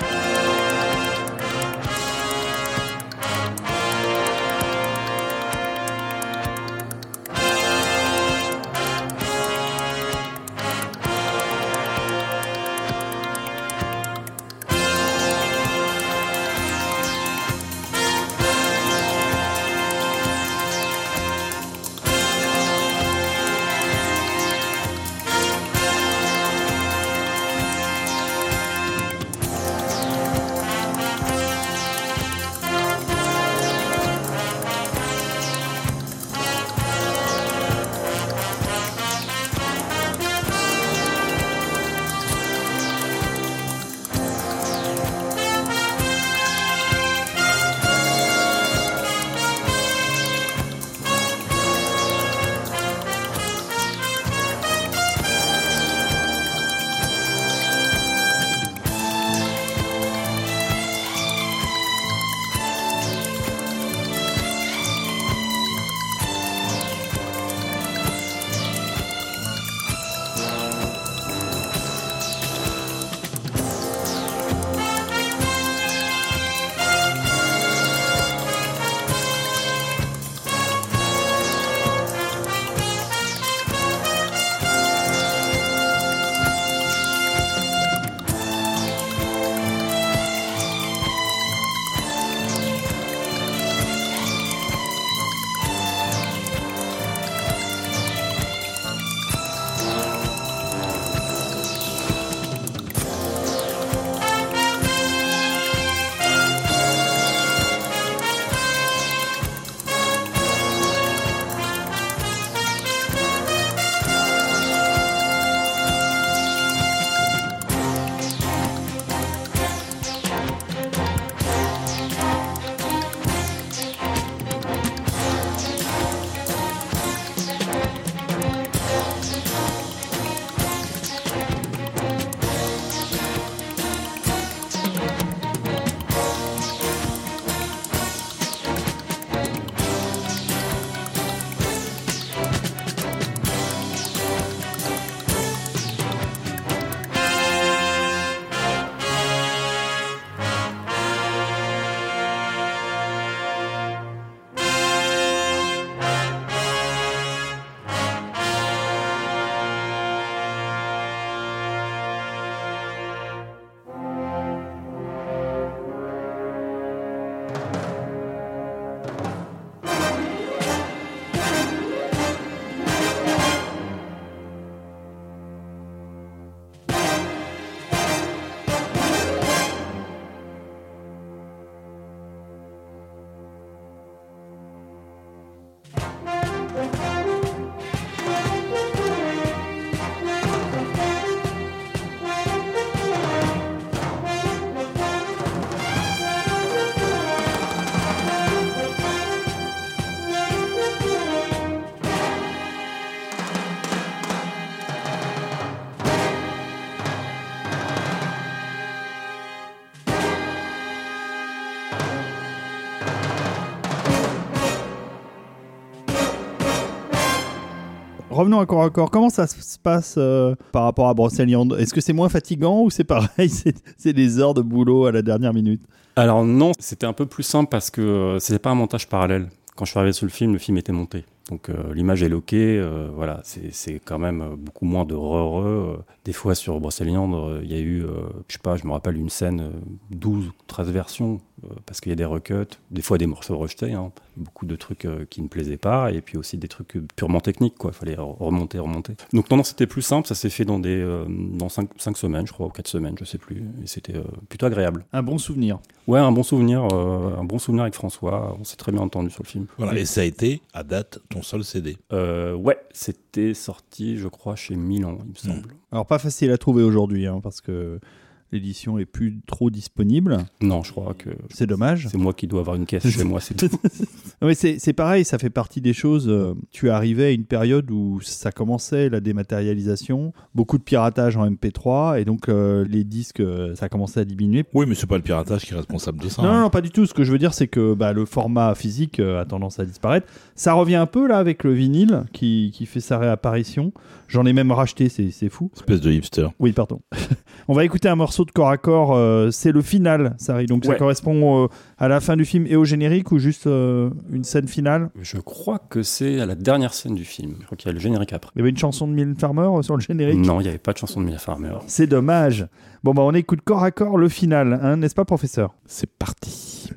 Revenons à corps à corps. Comment ça se passe par rapport à Brocéliande ? Est-ce que c'est moins fatigant ou c'est pareil, c'est des heures de boulot à la dernière minute ? Alors non, c'était un peu plus simple parce que c'était pas un montage parallèle. Quand je suis arrivé sur le film était monté. Donc l'image est loquée, voilà, c'est quand même beaucoup moins de Des fois sur Brocéliande, il y a eu, je me rappelle une scène, 12 ou 13 versions, parce qu'il y a des recuts, des fois des morceaux rejetés, hein, beaucoup de trucs qui ne plaisaient pas, et puis aussi des trucs purement techniques, quoi, il fallait remonter. Donc non, c'était plus simple, ça s'est fait dans 5 semaines, je crois, ou 4 semaines, je sais plus, et c'était plutôt agréable. Un bon souvenir. Ouais, un bon souvenir avec François, on s'est très bien entendu sur le film. Voilà, et ça a été, à date, ton seul CD. Ouais, c'était sorti, je crois, chez Milan, il me semble. Alors, pas facile à trouver aujourd'hui, hein, parce que l'édition est plus trop disponible. Non, je crois que... C'est dommage. C'est moi qui dois avoir une caisse chez moi, c'est tout. Mais c'est pareil, ça fait partie des choses. Tu es arrivé à une période où ça commençait, la dématérialisation, beaucoup de piratage en MP3, et donc les disques, ça commençait à diminuer. Oui, mais c'est pas le piratage qui est responsable de ça. Non, pas du tout. Ce que je veux dire, c'est que le format physique a tendance à disparaître. Ça revient un peu là avec le vinyle qui fait sa réapparition. J'en ai même racheté, c'est fou. Espèce de hipster. Oui, pardon. On va écouter un morceau de corps à corps. C'est le final, Sari. Donc ça correspond à la fin du film et au générique ou juste une scène finale ? Je crois que c'est à la dernière scène du film. Je crois qu'il y a le générique après. Il y avait une chanson de Mylène Farmer sur le générique ? Non, il n'y avait pas de chanson de Mylène Farmer. C'est dommage. Bon, on écoute corps à corps le final, hein, n'est-ce pas, professeur ? C'est parti.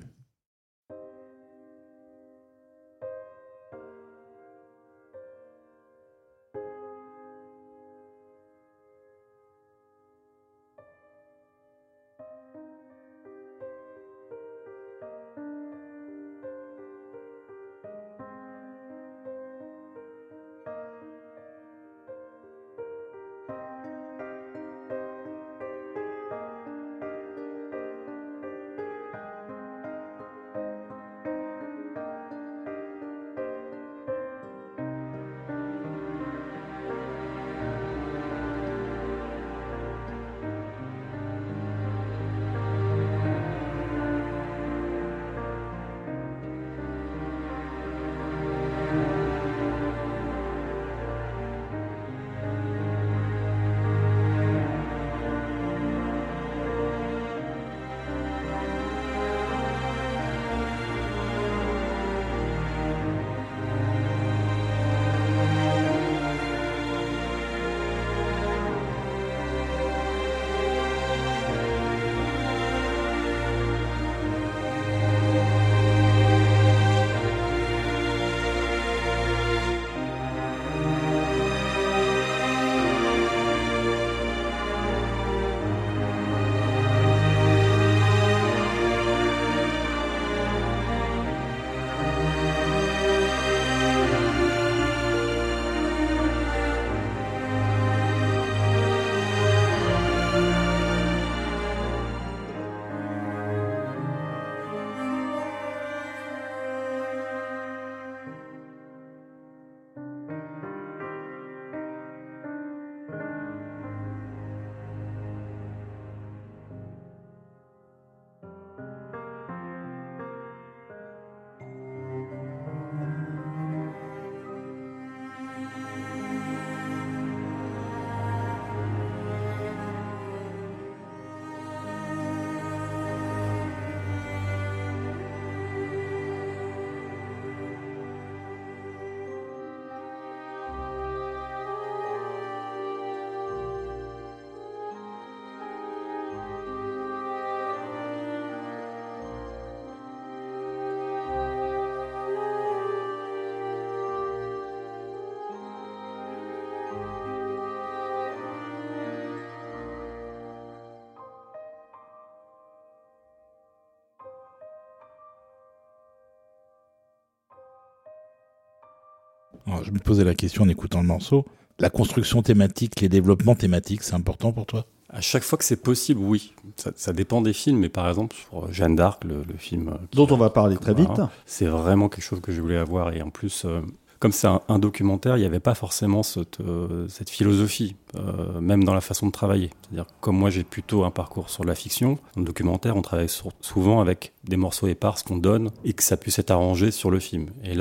Alors, je me posais la question en écoutant le morceau. La construction thématique, les développements thématiques, c'est important pour toi ? À chaque fois que c'est possible, oui. Ça dépend des films, mais par exemple, sur Jeanne d'Arc, le film... dont on va parler très vite. C'est vraiment quelque chose que je voulais avoir. Et en plus, comme c'est un documentaire, il n'y avait pas forcément cette philosophie, même dans la façon de travailler. C'est-à-dire, comme moi, j'ai plutôt un parcours sur la fiction, dans le documentaire, on travaille souvent avec des morceaux épars qu'on donne et que ça puisse être arrangé sur le film. Et là,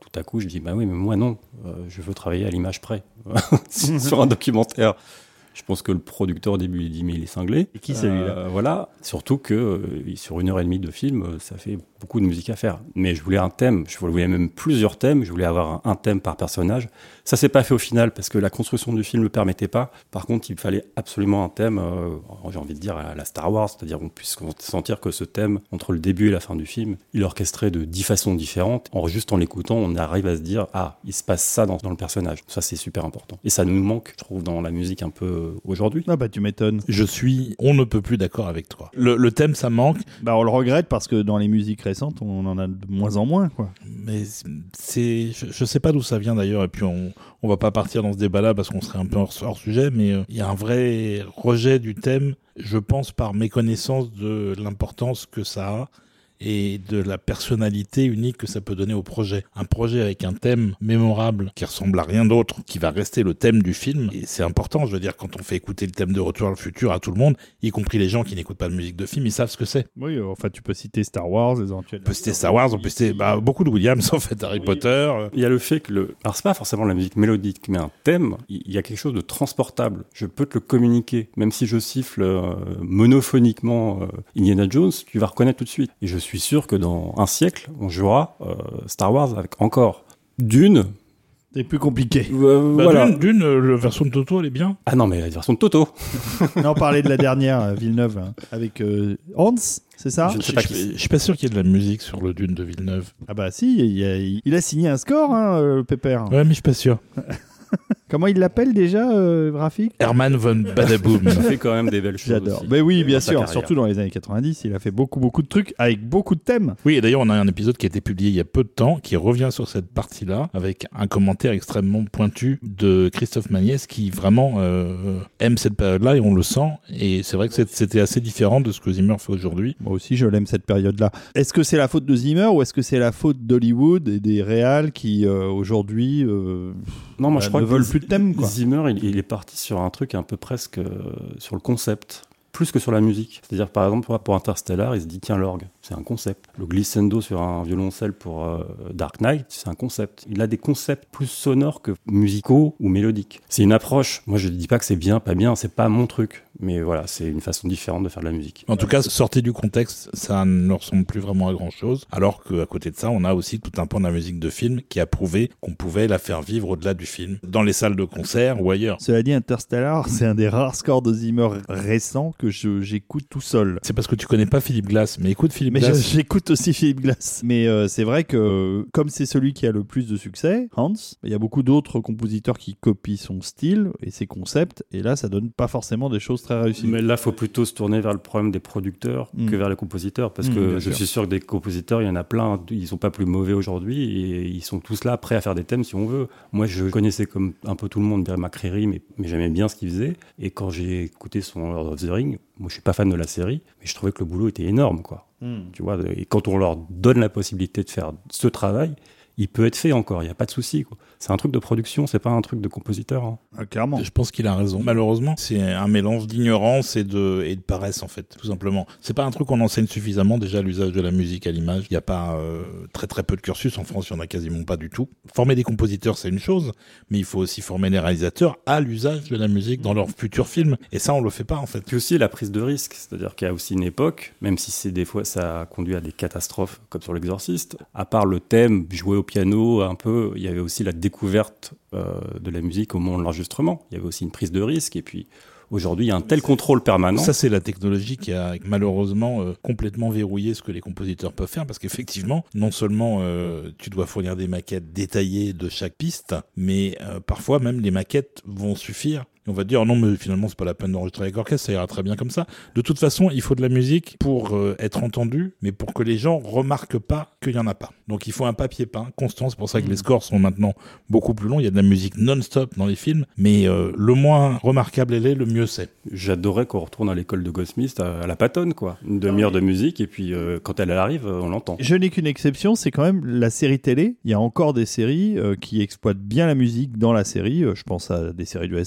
tout à coup, je dis, bah oui, mais moi non, je veux travailler à l'image près sur un documentaire. Je pense que le producteur au début il dit mais il est cinglé. Et qui celui-là Voilà, surtout que sur 1h30 de film, ça fait beaucoup de musique à faire. Mais je voulais un thème, je voulais même plusieurs thèmes, je voulais avoir un thème par personnage. Ça s'est pas fait au final parce que la construction du film ne le permettait pas. Par contre, il fallait absolument un thème, j'ai envie de dire à la Star Wars, c'est-à-dire qu'on puisse sentir que ce thème, entre le début et la fin du film, il est orchestré de 10 façons différentes. Juste en l'écoutant, on arrive à se dire ah, il se passe ça dans le personnage. Ça c'est super important. Et ça nous manque, je trouve, dans la musique un peu aujourd'hui. Ah bah tu m'étonnes. Je suis, on ne peut plus d'accord avec toi. Le thème, ça manque. Bah on le regrette parce que dans les musiques récentes, on en a de moins en moins, quoi. Mais je sais pas d'où ça vient d'ailleurs, et puis on va pas partir dans ce débat-là parce qu'on serait un peu hors sujet, mais il y a un vrai rejet du thème, je pense, par méconnaissance de l'importance que ça a et de la personnalité unique que ça peut donner au projet. Un projet avec un thème mémorable qui ressemble à rien d'autre, qui va rester le thème du film. Et c'est important, je veux dire, quand on fait écouter le thème de Retour vers le futur à tout le monde, y compris les gens qui n'écoutent pas de musique de film, ils savent ce que c'est. Oui, enfin tu peux citer Star Wars, éventuellement. On peut citer Star Wars, on peut citer beaucoup de Williams, en fait, Harry Potter. Il y a le fait que alors c'est pas forcément la musique mélodique, mais un thème, il y a quelque chose de transportable. Je peux te le communiquer. Même si je siffle monophoniquement Indiana Jones, tu vas reconnaître tout de suite. Et je suis sûr que dans un siècle, on jouera Star Wars avec encore Dune. C'est plus compliqué. Voilà. Dune, la version de Toto, elle est bien. Ah non, mais la version de Toto. Non, on parlait de la dernière, Villeneuve, hein, avec Hans, c'est ça ? Je ne sais pas Je suis pas sûr qu'il y ait de la musique sur le Dune de Villeneuve. Ah bah si, il a signé un score, hein, le Pépère. Ouais, mais je suis pas sûr. Comment il l'appelle déjà, Rafik ? Herman von Badaboom. Il fait quand même des belles choses. J'adore. Aussi, mais oui, bien sûr, carrière. surtout dans les années 90, il a fait beaucoup de trucs avec beaucoup de thèmes. Oui, et d'ailleurs, on a un épisode qui a été publié il y a peu de temps, qui revient sur cette partie-là, avec un commentaire extrêmement pointu de Christophe Magnès, qui vraiment aime cette période-là, et on le sent. Et c'est vrai que c'était assez différent de ce que Zimmer fait aujourd'hui. Moi aussi, je l'aime cette période-là. Est-ce que c'est la faute de Zimmer ou est-ce que c'est la faute d'Hollywood et des réals qui, aujourd'hui, Non, moi je crois ne que veulent plus de thèmes, quoi. Zimmer, il est parti sur un truc un peu presque sur le concept, plus que sur la musique. C'est-à-dire, par exemple, pour Interstellar, il se dit, tiens, l'orgue, c'est un concept. Le glissando sur un violoncelle pour Dark Knight, c'est un concept. Il a des concepts plus sonores que musicaux ou mélodiques. C'est une approche. Moi, je ne dis pas que c'est bien, pas bien, c'est pas mon truc. Mais voilà, c'est une façon différente de faire de la musique. En tout cas, sorti du contexte, ça ne ressemble plus vraiment à grand-chose. Alors qu'à côté de ça, on a aussi tout un pan de la musique de film qui a prouvé qu'on pouvait la faire vivre au-delà du film, dans les salles de concert ou ailleurs. Cela dit, Interstellar, c'est un des rares scores de Zimmer récents que j'écoute tout seul. C'est parce que tu connais pas Philip Glass, mais écoute Philip Mais Glass. j'écoute aussi Philip Glass. Mais c'est vrai que, comme c'est celui qui a le plus de succès, Hans, il y a beaucoup d'autres compositeurs qui copient son style et ses concepts, et là, ça donne pas forcément des choses très réussies. Mais là, il faut plutôt se tourner vers le problème des producteurs que vers les compositeurs, parce que je suis sûr que des compositeurs, il y en a plein, ils sont pas plus mauvais aujourd'hui, et ils sont tous là, prêts à faire des thèmes si on veut. Moi, je connaissais comme un peu tout le monde Bear McCreary, mais j'aimais bien ce qu'il faisait, et quand j'ai écouté son Lord of the Rings, moi, je suis pas fan de la série, mais je trouvais que le boulot était énorme, quoi. Tu vois, et quand on leur donne la possibilité de faire ce travail, il peut être fait encore, il n'y a pas de souci, quoi. C'est un truc de production, c'est pas un truc de compositeur. Hein. Ah, clairement. Je pense qu'il a raison. Malheureusement, c'est un mélange d'ignorance et de paresse, en fait, tout simplement. C'est pas un truc qu'on enseigne suffisamment, déjà, l'usage de la musique à l'image. Il n'y a pas très peu de cursus. En France, il n'y en a quasiment pas du tout. Former des compositeurs, c'est une chose, mais il faut aussi former les réalisateurs à l'usage de la musique dans leurs futurs films. Et ça, on le fait pas, en fait. Puis aussi la prise de risque, c'est-à-dire qu'il y a aussi une époque, même si c'est des fois ça conduit à des catastrophes, comme sur L'Exorciste, à part le thème, jouer au piano un peu, il y avait aussi la découverte de la musique au moment de l'enregistrement. Il y avait aussi une prise de risque, et puis aujourd'hui, il y a un tel contrôle permanent. Ça, c'est la technologie qui a malheureusement complètement verrouillé ce que les compositeurs peuvent faire, parce qu'effectivement, non seulement tu dois fournir des maquettes détaillées de chaque piste, mais parfois même les maquettes vont suffire. Et on va dire, non, mais finalement, c'est pas la peine d'enregistrer avec orchestre, ça ira très bien comme ça. De toute façon, il faut de la musique pour être entendu, mais pour que les gens remarquent pas qu'il y en a pas. Donc, il faut un papier peint constant. C'est pour ça que les scores sont maintenant beaucoup plus longs. Il y a de la musique non-stop dans les films, mais le moins remarquable elle est, le mieux c'est. J'adorais qu'on retourne à l'école de Goldsmith à la Pattonne, quoi. Une demi-heure de musique, et puis quand elle arrive, on l'entend. Je n'ai qu'une exception, c'est quand même la série télé. Il y a encore des séries qui exploitent bien la musique dans la série. Je pense à des séries de SF comme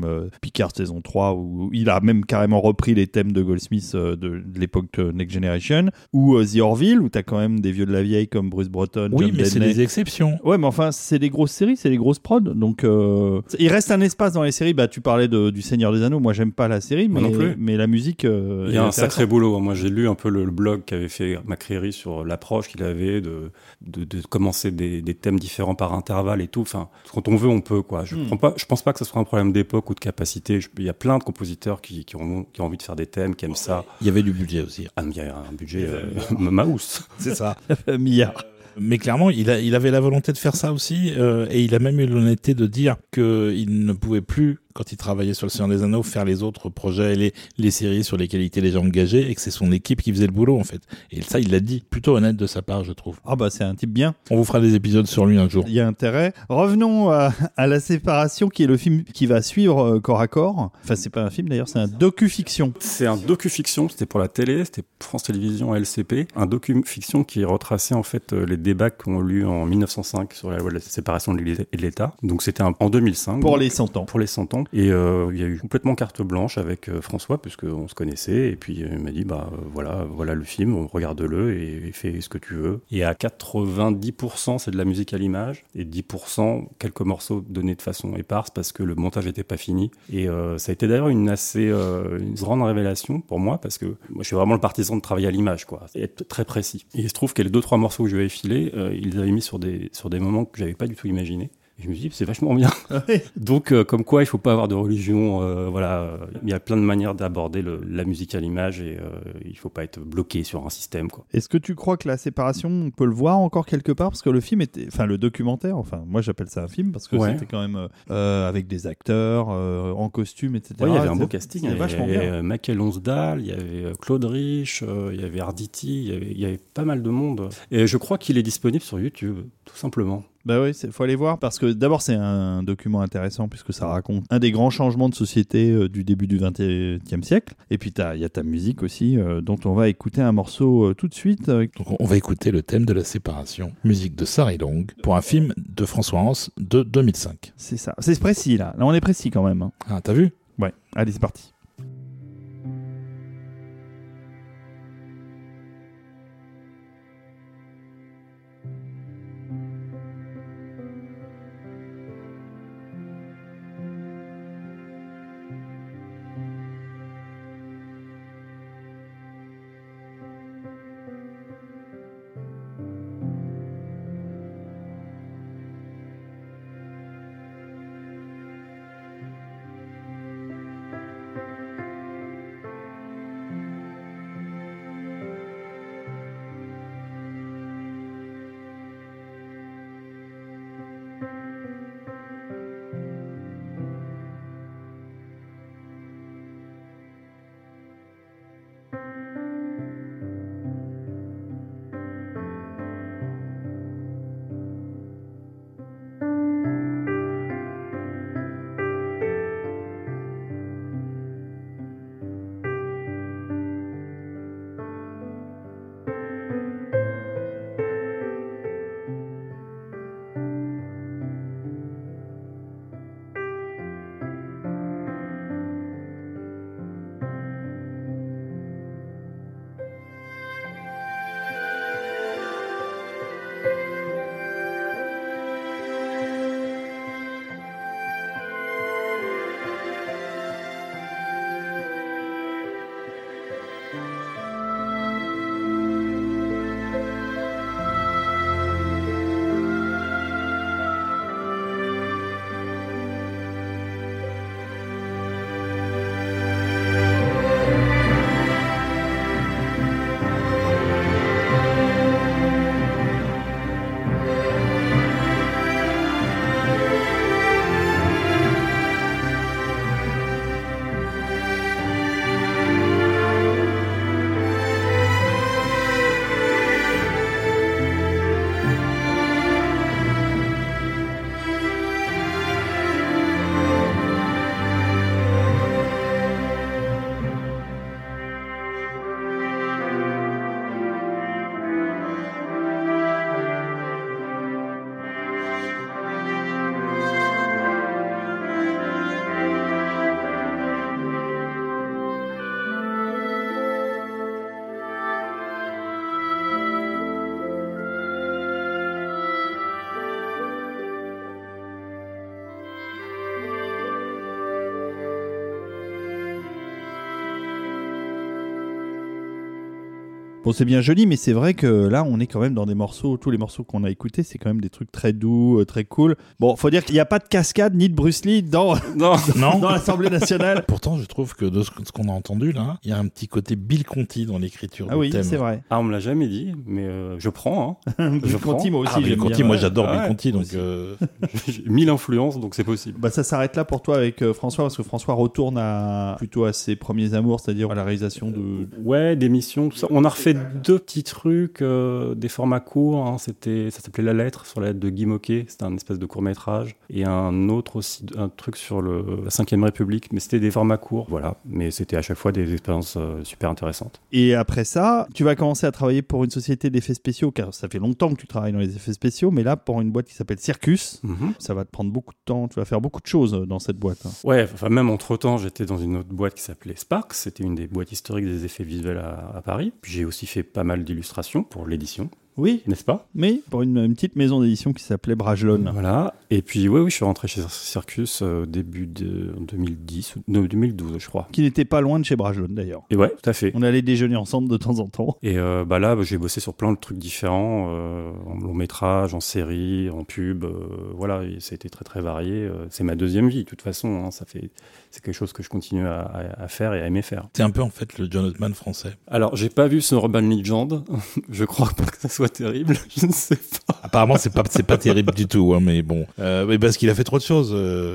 Picard saison 3, où il a même carrément repris les thèmes de Goldsmith de l'époque de Next Generation, ou The Orville, où t'as quand même des vieux de la vieille comme Bruce Broughton, Oui, John mais c'est Denney. des exceptions. Ouais, mais enfin, c'est des grosses séries, c'est des grosses prods. Donc, il reste un espace dans les séries. Bah, tu parlais du Seigneur des Anneaux. Moi, j'aime pas la série, Moi non plus. mais la musique. Il y a un sacré boulot. Moi, j'ai lu un peu le blog qu'avait fait McCreary sur l'approche qu'il avait de commencer des thèmes différents par intervalle et tout. Enfin, quand on veut, on peut, quoi. Je pense pas que ce soit un problème d'époque ou de capacité. Il y a plein de compositeurs qui ont envie de faire des thèmes, qui aiment ça. Il y avait du budget aussi. Ah, mais il y a un budget mouse. C'est ça. Milliard. Mais clairement, il avait la volonté de faire ça aussi, et il a même eu l'honnêteté de dire qu'il ne pouvait plus, quand il travaillait sur le Seigneur des Anneaux, faire les autres projets, les séries sur lesquelles il était déjà engagé, et que c'est son équipe qui faisait le boulot, en fait. Et ça, il l'a dit. Plutôt honnête de sa part, je trouve. Ah bah, c'est un type bien. On vous fera des épisodes sur lui un jour. Il y a intérêt. Revenons à La Séparation, qui est le film qui va suivre corps à corps. Enfin, c'est pas un film d'ailleurs, c'est un docu-fiction. C'est un docu-fiction, c'était pour la télé, c'était France Télévisions LCP. Un docu-fiction qui retraçait en fait les débats qu'on a eu en 1905 sur la loi de la séparation de l'Église et de l'État. Donc c'était en 2005. Pour les 100 ans. Pour les 100 ans. Et il y a eu complètement carte blanche avec François, puisqu'on se connaissait. Et puis il m'a dit, voilà le film, regarde-le et fais ce que tu veux. Et à 90%, c'est de la musique à l'image. Et 10%, quelques morceaux donnés de façon éparse parce que le montage n'était pas fini. Et ça a été d'ailleurs une grande révélation pour moi, parce que moi je suis vraiment le partisan de travailler à l'image, quoi. Et être très précis. Et il se trouve que les 2-3 morceaux que je lui avais filés, ils les avaient mis sur des moments que j'avais pas du tout imaginé. Et je me suis dit, c'est vachement bien. Donc, comme quoi, il faut pas avoir de religion. Il y a plein de manières d'aborder la musique à l'image et il faut pas être bloqué sur un système, quoi. Est-ce que tu crois que La Séparation, on peut le voir encore quelque part? Parce que le film le documentaire, moi j'appelle ça un film parce que c'était quand même avec des acteurs en costume, etc. Ouais, il y avait un beau casting. Il y vachement avait bien. Michael Lonsdale, il y avait Claude Rich, il y avait Arditi, il y avait pas mal de monde. Et je crois qu'il est disponible sur YouTube, tout simplement. Bah oui, faut aller voir parce que d'abord c'est un document intéressant puisque ça raconte un des grands changements de société du début du XXe siècle. Et puis il y a ta musique aussi dont on va écouter un morceau tout de suite. Donc on va écouter le thème de la séparation, musique de Sarah Long, pour un film de François Hans de 2005. C'est ça, c'est précis là. Là on est précis quand même. Hein. Ah, t'as vu? Ouais, allez c'est parti. Bon, c'est bien joli, mais c'est vrai que là, on est quand même dans des morceaux, tous les morceaux qu'on a écoutés, c'est quand même des trucs très doux, très cool. Bon, faut dire qu'il n'y a pas de cascade ni de Bruce Lee dans l'Assemblée nationale. Pourtant, je trouve que de ce qu'on a entendu là, il y a un petit côté Bill Conti dans l'écriture du thème. C'est vrai. Ah, on me l'a jamais dit, mais je prends. Bill Conti, moi aussi, Bill Conti, bien. moi j'adore Bill Conti, donc j'ai 1000 influences, donc c'est possible. Bah, ça s'arrête là pour toi avec François, parce que François retourne plutôt à ses premiers amours, c'est-à-dire à la réalisation de... Ouais, d'émissions, tout ça. On a refait 2 petits trucs, des formats courts. Hein. Ça s'appelait La Lettre, sur la lettre de Guy Moquet. C'était un espèce de court-métrage. Et un autre aussi, un truc sur la 5e République. Mais c'était des formats courts, voilà. Mais c'était à chaque fois des expériences super intéressantes. Et après ça, tu vas commencer à travailler pour une société d'effets spéciaux, car ça fait longtemps que tu travailles dans les effets spéciaux, mais là, pour une boîte qui s'appelle Circus, ça va te prendre beaucoup de temps. Tu vas faire beaucoup de choses dans cette boîte. Hein. Ouais, enfin même entre-temps, j'étais dans une autre boîte qui s'appelait Sparks. C'était une des boîtes historiques des effets visuels à Paris. Puis j'ai aussi fait pas mal d'illustrations pour l'édition. Oui, n'est-ce pas? Mais pour une petite maison d'édition qui s'appelait Bragelonne. Voilà. Et puis, oui, je suis rentré chez Circus début de 2010 ou 2012, je crois. Qui n'était pas loin de chez Bragelonne, d'ailleurs. Et ouais, tout à fait. On allait déjeuner ensemble de temps en temps. Et là, j'ai bossé sur plein de trucs différents, en long métrage, en série, en pub. Voilà, et ça a été très, très varié. C'est ma deuxième vie, de toute façon. Hein, c'est quelque chose que je continue à faire et à aimer faire. C'est un peu, en fait, le John Ottman français. Alors, j'ai pas vu ce Urban Legend. Je crois pas que ça soit terrible, je ne sais pas. Apparemment, c'est pas terrible du tout, hein, mais bon. Mais parce qu'il a fait trop de choses.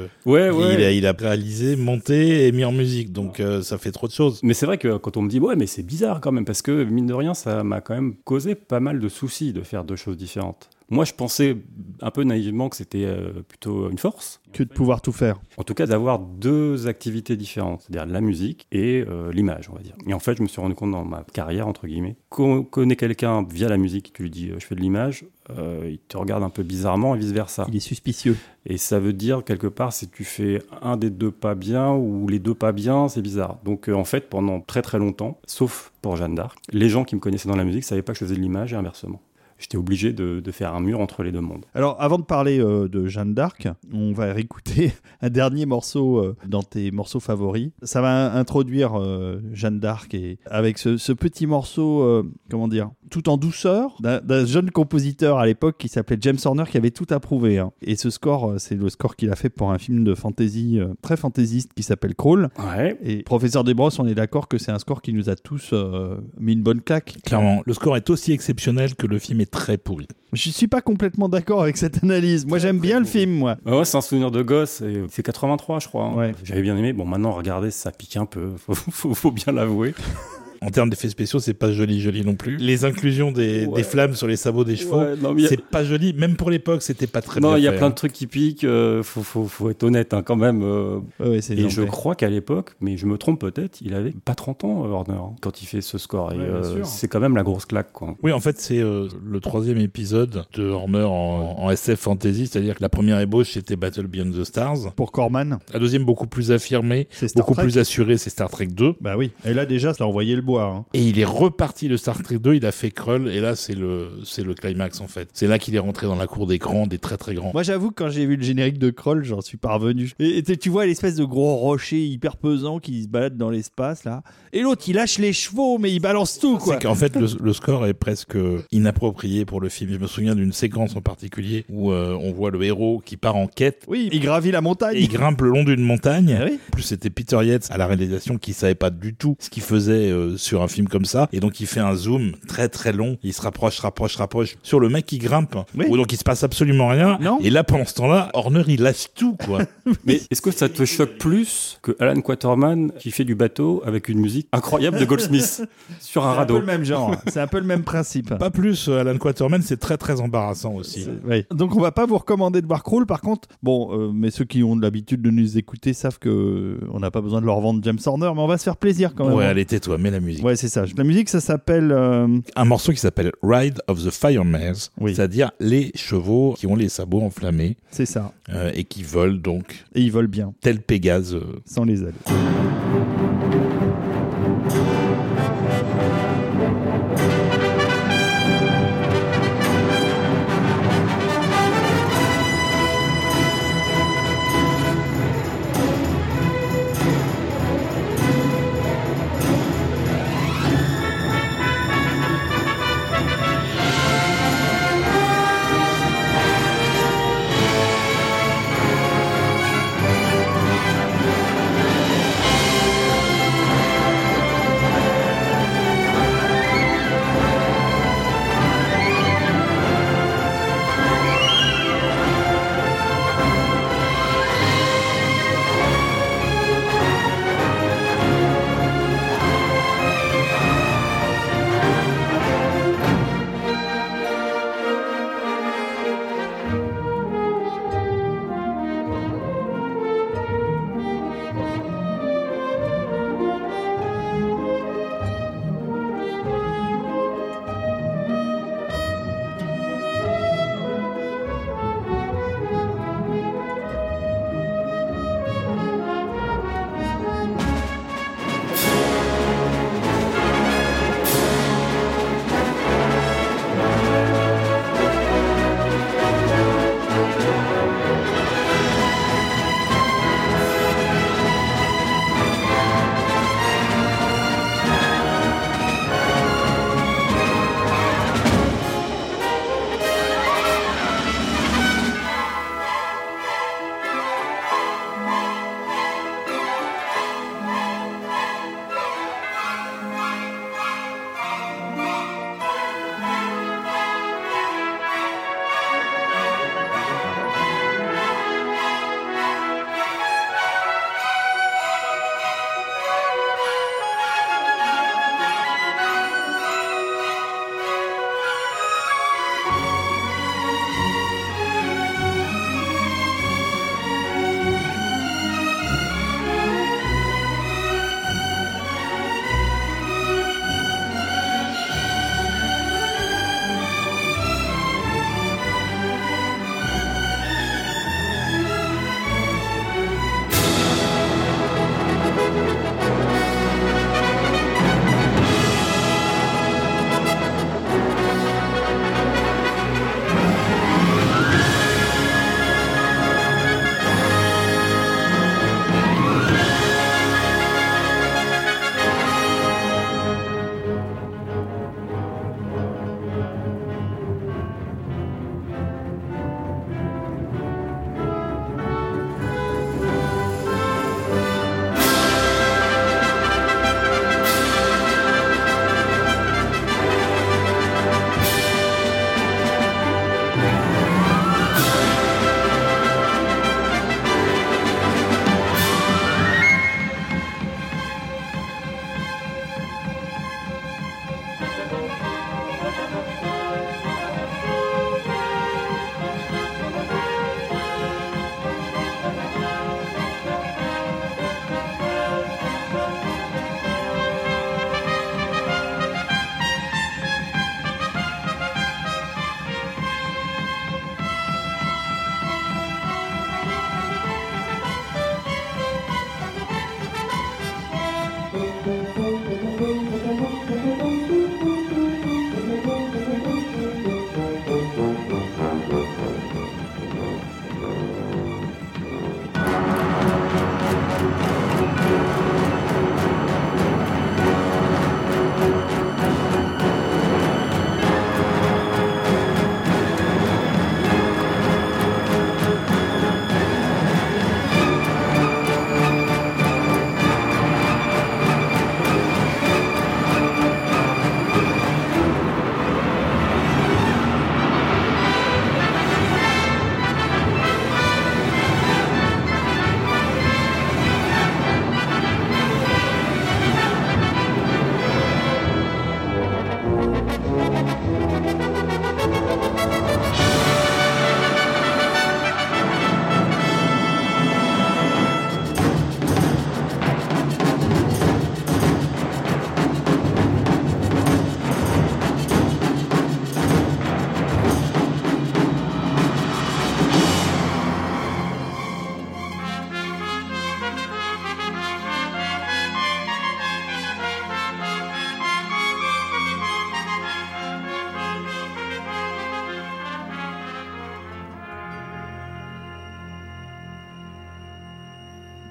Ouais. Il a réalisé, monté et mis en musique, donc ça fait trop de choses. Mais c'est vrai que quand on me dit, ouais, mais c'est bizarre quand même, parce que mine de rien, ça m'a quand même causé pas mal de soucis de faire 2 choses différentes. Moi, je pensais un peu naïvement que c'était plutôt une force. Que de pouvoir tout faire. En tout cas, d'avoir 2 activités différentes, c'est-à-dire la musique et l'image, on va dire. Et en fait, je me suis rendu compte dans ma carrière, entre guillemets, qu'on connaît quelqu'un via la musique, tu lui dis je fais de l'image, il te regarde un peu bizarrement et vice-versa. Il est suspicieux. Et ça veut dire, quelque part, si tu fais un des 2 pas bien ou les 2 pas bien, c'est bizarre. Donc, en fait, pendant très très longtemps, sauf pour Jeanne d'Arc, les gens qui me connaissaient dans la musique ne savaient pas que je faisais de l'image et inversement. J'étais obligé de faire un mur entre les 2 mondes. Alors, avant de parler de Jeanne d'Arc, on va réécouter un dernier morceau dans tes morceaux favoris. Ça va introduire Jeanne d'Arc et avec ce petit morceau, tout en douceur, d'un jeune compositeur à l'époque qui s'appelait James Horner, qui avait tout approuvé. Hein. Et ce score, c'est le score qu'il a fait pour un film de fantasy très fantaisiste qui s'appelle Crawl. Ouais. Et Professeur Desbrosses, on est d'accord que c'est un score qui nous a tous mis une bonne claque. Clairement, le score est aussi exceptionnel que le film est très pourri. Je suis pas complètement d'accord avec cette analyse. Moi, j'aime bien le film, moi. Ouais, c'est un souvenir de gosse. Et c'est 83, je crois. Hein. Ouais. J'avais bien aimé. Bon, maintenant, regardez, ça pique un peu. Faut bien l'avouer. En termes d'effets spéciaux, c'est pas joli non plus. Les inclusions des flammes sur les sabots des chevaux, c'est pas joli. Même pour l'époque, c'était pas très bien fait. Non, il y a plein de trucs qui piquent. Faut être honnête, hein, quand même. Ouais, et je crois qu'à l'époque, mais je me trompe peut-être, il avait pas 30 ans, Horner, hein, quand il fait ce score. Et c'est quand même la grosse claque, quoi. Oui, en fait, c'est le 3e épisode de Horner en SF fantasy, c'est-à-dire que la première ébauche, c'était Battle Beyond the Stars. Pour Corman. La deuxième, beaucoup plus affirmée, beaucoup plus assurée, c'est Star Trek 2. Bah oui. Et là, déjà, ça a envoyé le bois. Hein. Et il est reparti de Star Trek 2, il a fait Krull, et là, c'est le climax, en fait. C'est là qu'il est rentré dans la cour des grands, des très très grands. Moi, j'avoue que quand j'ai vu le générique de Krull, j'en suis parvenu. Et tu vois l'espèce de gros rocher hyper pesant qui se balade dans l'espace, là. Et l'autre, il lâche les chevaux, mais il balance tout, quoi. C'est qu'en fait, le score est presque inapproprié pour le film. Je me souviens d'une séquence en particulier où on voit le héros qui part en quête. Oui, il gravit la montagne. Et il grimpe le long d'une montagne. Ah oui. En plus, c'était Peter Yates à la réalisation qui savait pas du tout ce qu'il faisait sur un film comme ça. Et donc, il fait un zoom très très long. Il se rapproche sur le mec qui grimpe. Oui. Où donc, il se passe absolument rien. Non. Et là, pendant ce temps-là, Horner, il lâche tout, quoi. Mais est-ce que ça te choque plus que Alan Quaterman qui fait du bateau avec une musique incroyable de Goldsmith sur un radeau? C'est un peu le même genre. C'est un peu le même principe. Pas plus, Alan Quaterman, c'est très très embarrassant aussi. Oui. Donc, on va pas vous recommander de voir Krull. Par contre, mais ceux qui ont l'habitude de nous écouter savent que on n'a pas besoin de leur vendre James Horner, mais on va se faire plaisir quand même. Ouais, allez, tais-toi, mets la musique. Ouais, c'est ça. La musique, ça s'appelle... Un morceau qui s'appelle Ride of the Fire Mares, oui. C'est-à-dire les chevaux qui ont les sabots enflammés. C'est ça. Et qui volent donc. Et ils volent bien. Tel Pégase. Sans les ailes.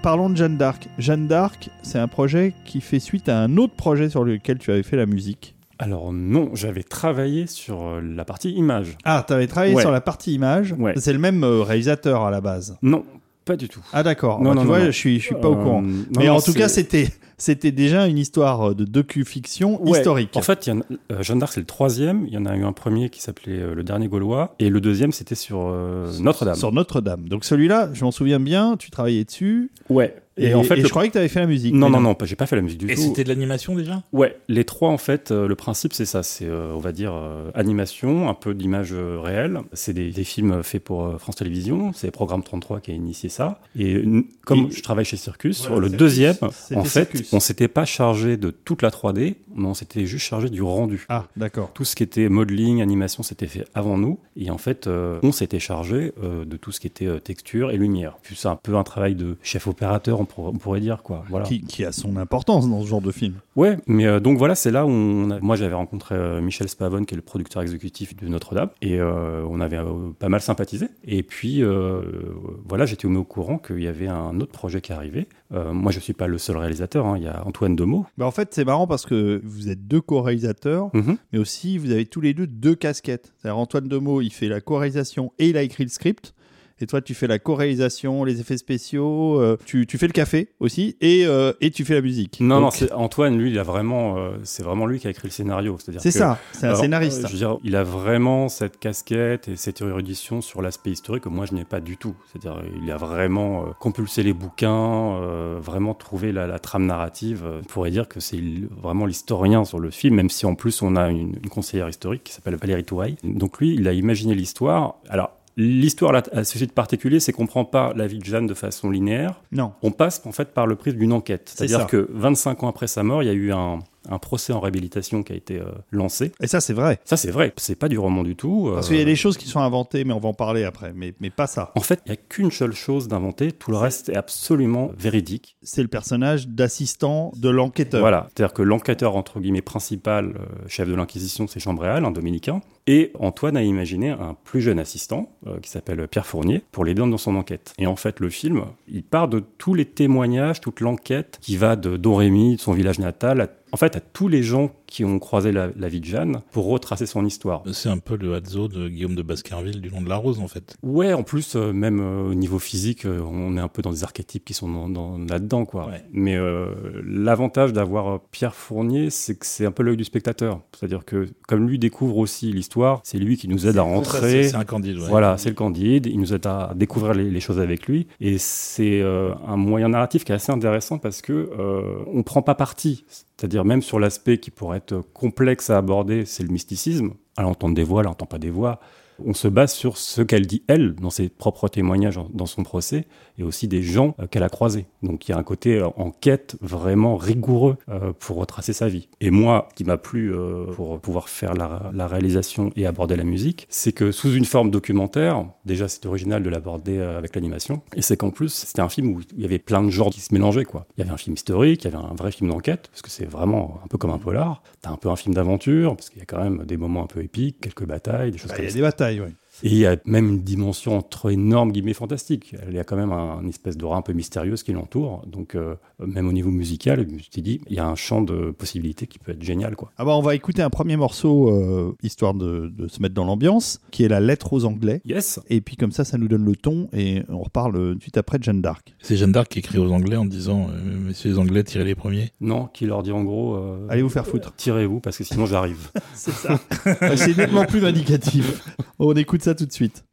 parlons de Jeanne d'Arc. Jeanne d'Arc, c'est un projet qui fait suite à un autre projet sur lequel tu avais fait la musique. Alors non, j'avais travaillé sur la partie image. Ah, tu avais travaillé sur la partie image. Ouais. C'est le même réalisateur à la base. Non, pas du tout. Ah d'accord. Non, Bah, non, tu vois, non. je suis pas au courant. Mais en tout cas, c'était déjà une histoire de docu-fiction historique. En fait, Jeanne d'Arc, c'est le 3e. Il y en a eu un premier qui s'appelait Le Dernier Gaulois. Et le 2e, c'était sur Notre-Dame. Sur Notre-Dame. Donc celui-là, je m'en souviens bien, tu travaillais dessus. Ouais. Et en fait, je croyais que tu avais fait la musique. Non, j'ai pas fait la musique du tout. Et c'était de l'animation déjà ? Ouais, les trois, en fait, le principe, c'est ça. C'est, on va dire, animation, un peu d'image réelle. C'est des films faits pour France Télévisions. C'est Programme 33 qui a initié ça. Et comme je travaille chez Circus, sur le deuxième, en fait, on s'était pas chargé de toute la 3D, mais on s'était juste chargé du rendu. Ah, d'accord. Tout ce qui était modeling, animation, c'était fait avant nous. Et en fait, on s'était chargé de tout ce qui était texture et lumière. Puis c'est un peu un travail de chef opérateur, on pourrait dire, quoi. Voilà. Qui a son importance dans ce genre de film. Ouais, mais donc voilà, c'est là où moi j'avais rencontré Michel Spavone, qui est le producteur exécutif de Notre-Dame, et on avait pas mal sympathisé. Et puis voilà, j'étais au courant qu'il y avait un autre projet qui arrivait. Moi, je suis pas le seul réalisateur, hein. Il y a Antoine Demeaux. Bah en fait, c'est marrant parce que vous êtes deux co-réalisateurs, mais aussi vous avez tous les deux casquettes. C'est-à-dire Antoine Demeaux, il fait la co-réalisation et il a écrit le script. Et toi, tu fais la co-réalisation, les effets spéciaux, tu fais le café aussi, et tu fais la musique. Non, c'est Antoine, lui, c'est vraiment lui qui a écrit le scénario. C'est un scénariste. Je veux dire, il a vraiment cette casquette et cette érudition sur l'aspect historique que moi, je n'ai pas du tout. C'est-à-dire, il a vraiment compulsé les bouquins, vraiment trouvé la trame narrative. On pourrait dire que c'est vraiment l'historien sur le film, même si en plus, on a une conseillère historique qui s'appelle Valérie Touaille. Donc lui, il a imaginé l'histoire. Alors, l'histoire a ceci de particulier, c'est qu'on ne prend pas la vie de Jeanne de façon linéaire. Non. On passe en fait par le prisme d'une enquête. C'est-à-dire que 25 ans après sa mort, il y a eu un procès en réhabilitation qui a été lancé. Et ça, c'est vrai. Ça, c'est vrai. C'est pas du roman du tout. Parce qu'il y a des choses qui sont inventées, mais on va en parler après. Mais pas ça. En fait, il n'y a qu'une seule chose d'inventée. Tout le reste est absolument véridique. C'est le personnage d'assistant de l'enquêteur. Voilà. C'est-à-dire que l'enquêteur, entre guillemets, principal, chef de l'Inquisition, c'est Chambréal, un dominicain. Et Antoine a imaginé un plus jeune assistant qui s'appelle Pierre Fournier pour l'aider dans son enquête. Et en fait, le film, il part de tous les témoignages, toute l'enquête qui va de Don Rémy, de son village natal, à tous les gens qui ont croisé la vie de Jeanne pour retracer son histoire. C'est un peu le Hatzo de Guillaume de Baskerville du Long de la Rose, en fait. Ouais, en plus, même au niveau physique, on est un peu dans des archétypes qui sont là-dedans, quoi. Ouais. Mais l'avantage d'avoir Pierre Fournier, c'est que c'est un peu l'œil du spectateur. C'est-à-dire que, comme lui découvre aussi l'histoire, c'est lui qui nous aide à rentrer. C'est un Candide, ouais. Voilà, c'est le Candide. Il nous aide à découvrir les choses avec lui. Et c'est un moyen narratif qui est assez intéressant parce que on prend pas parti. C'est-à-dire même sur l'aspect qui pourrait être complexe à aborder, c'est le mysticisme. Elle entend des voix, elle n'entend pas des voix. On se base sur ce qu'elle dit, elle, dans ses propres témoignages dans son procès, et aussi des gens qu'elle a croisés. Donc il y a un côté enquête vraiment rigoureux pour retracer sa vie. Et moi, ce qui m'a plu pour pouvoir faire la réalisation et aborder la musique, c'est que sous une forme documentaire, déjà c'est original de l'aborder avec l'animation, et c'est qu'en plus, c'était un film où il y avait plein de genres qui se mélangeaient, quoi. Il y avait un film historique, il y avait un vrai film d'enquête, parce que c'est vraiment un peu comme un polar. T'as un peu un film d'aventure, parce qu'il y a quand même des moments un peu épiques, quelques batailles, des choses comme ça. Il y a des batailles, oui. Et il y a même une dimension entre énormes guillemets fantastique. Il y a quand même une espèce d'aura un peu mystérieuse qui l'entoure. Donc, même au niveau musical, je t'ai dit, il y a un champ de possibilités qui peut être génial, quoi. Ah bah, on va écouter un premier morceau, histoire de se mettre dans l'ambiance, qui est la lettre aux Anglais. Yes. Et puis comme ça nous donne le ton, et on reparle tout après de Jeanne d'Arc. C'est Jeanne d'Arc qui écrit aux Anglais en disant « Messieurs les Anglais, tirez les premiers ». Non, qui leur dit en gros... allez vous faire foutre. Tirez-vous, parce que sinon j'arrive. C'est ça. C'est nettement plus vindicatif. On écoute ça tout de suite.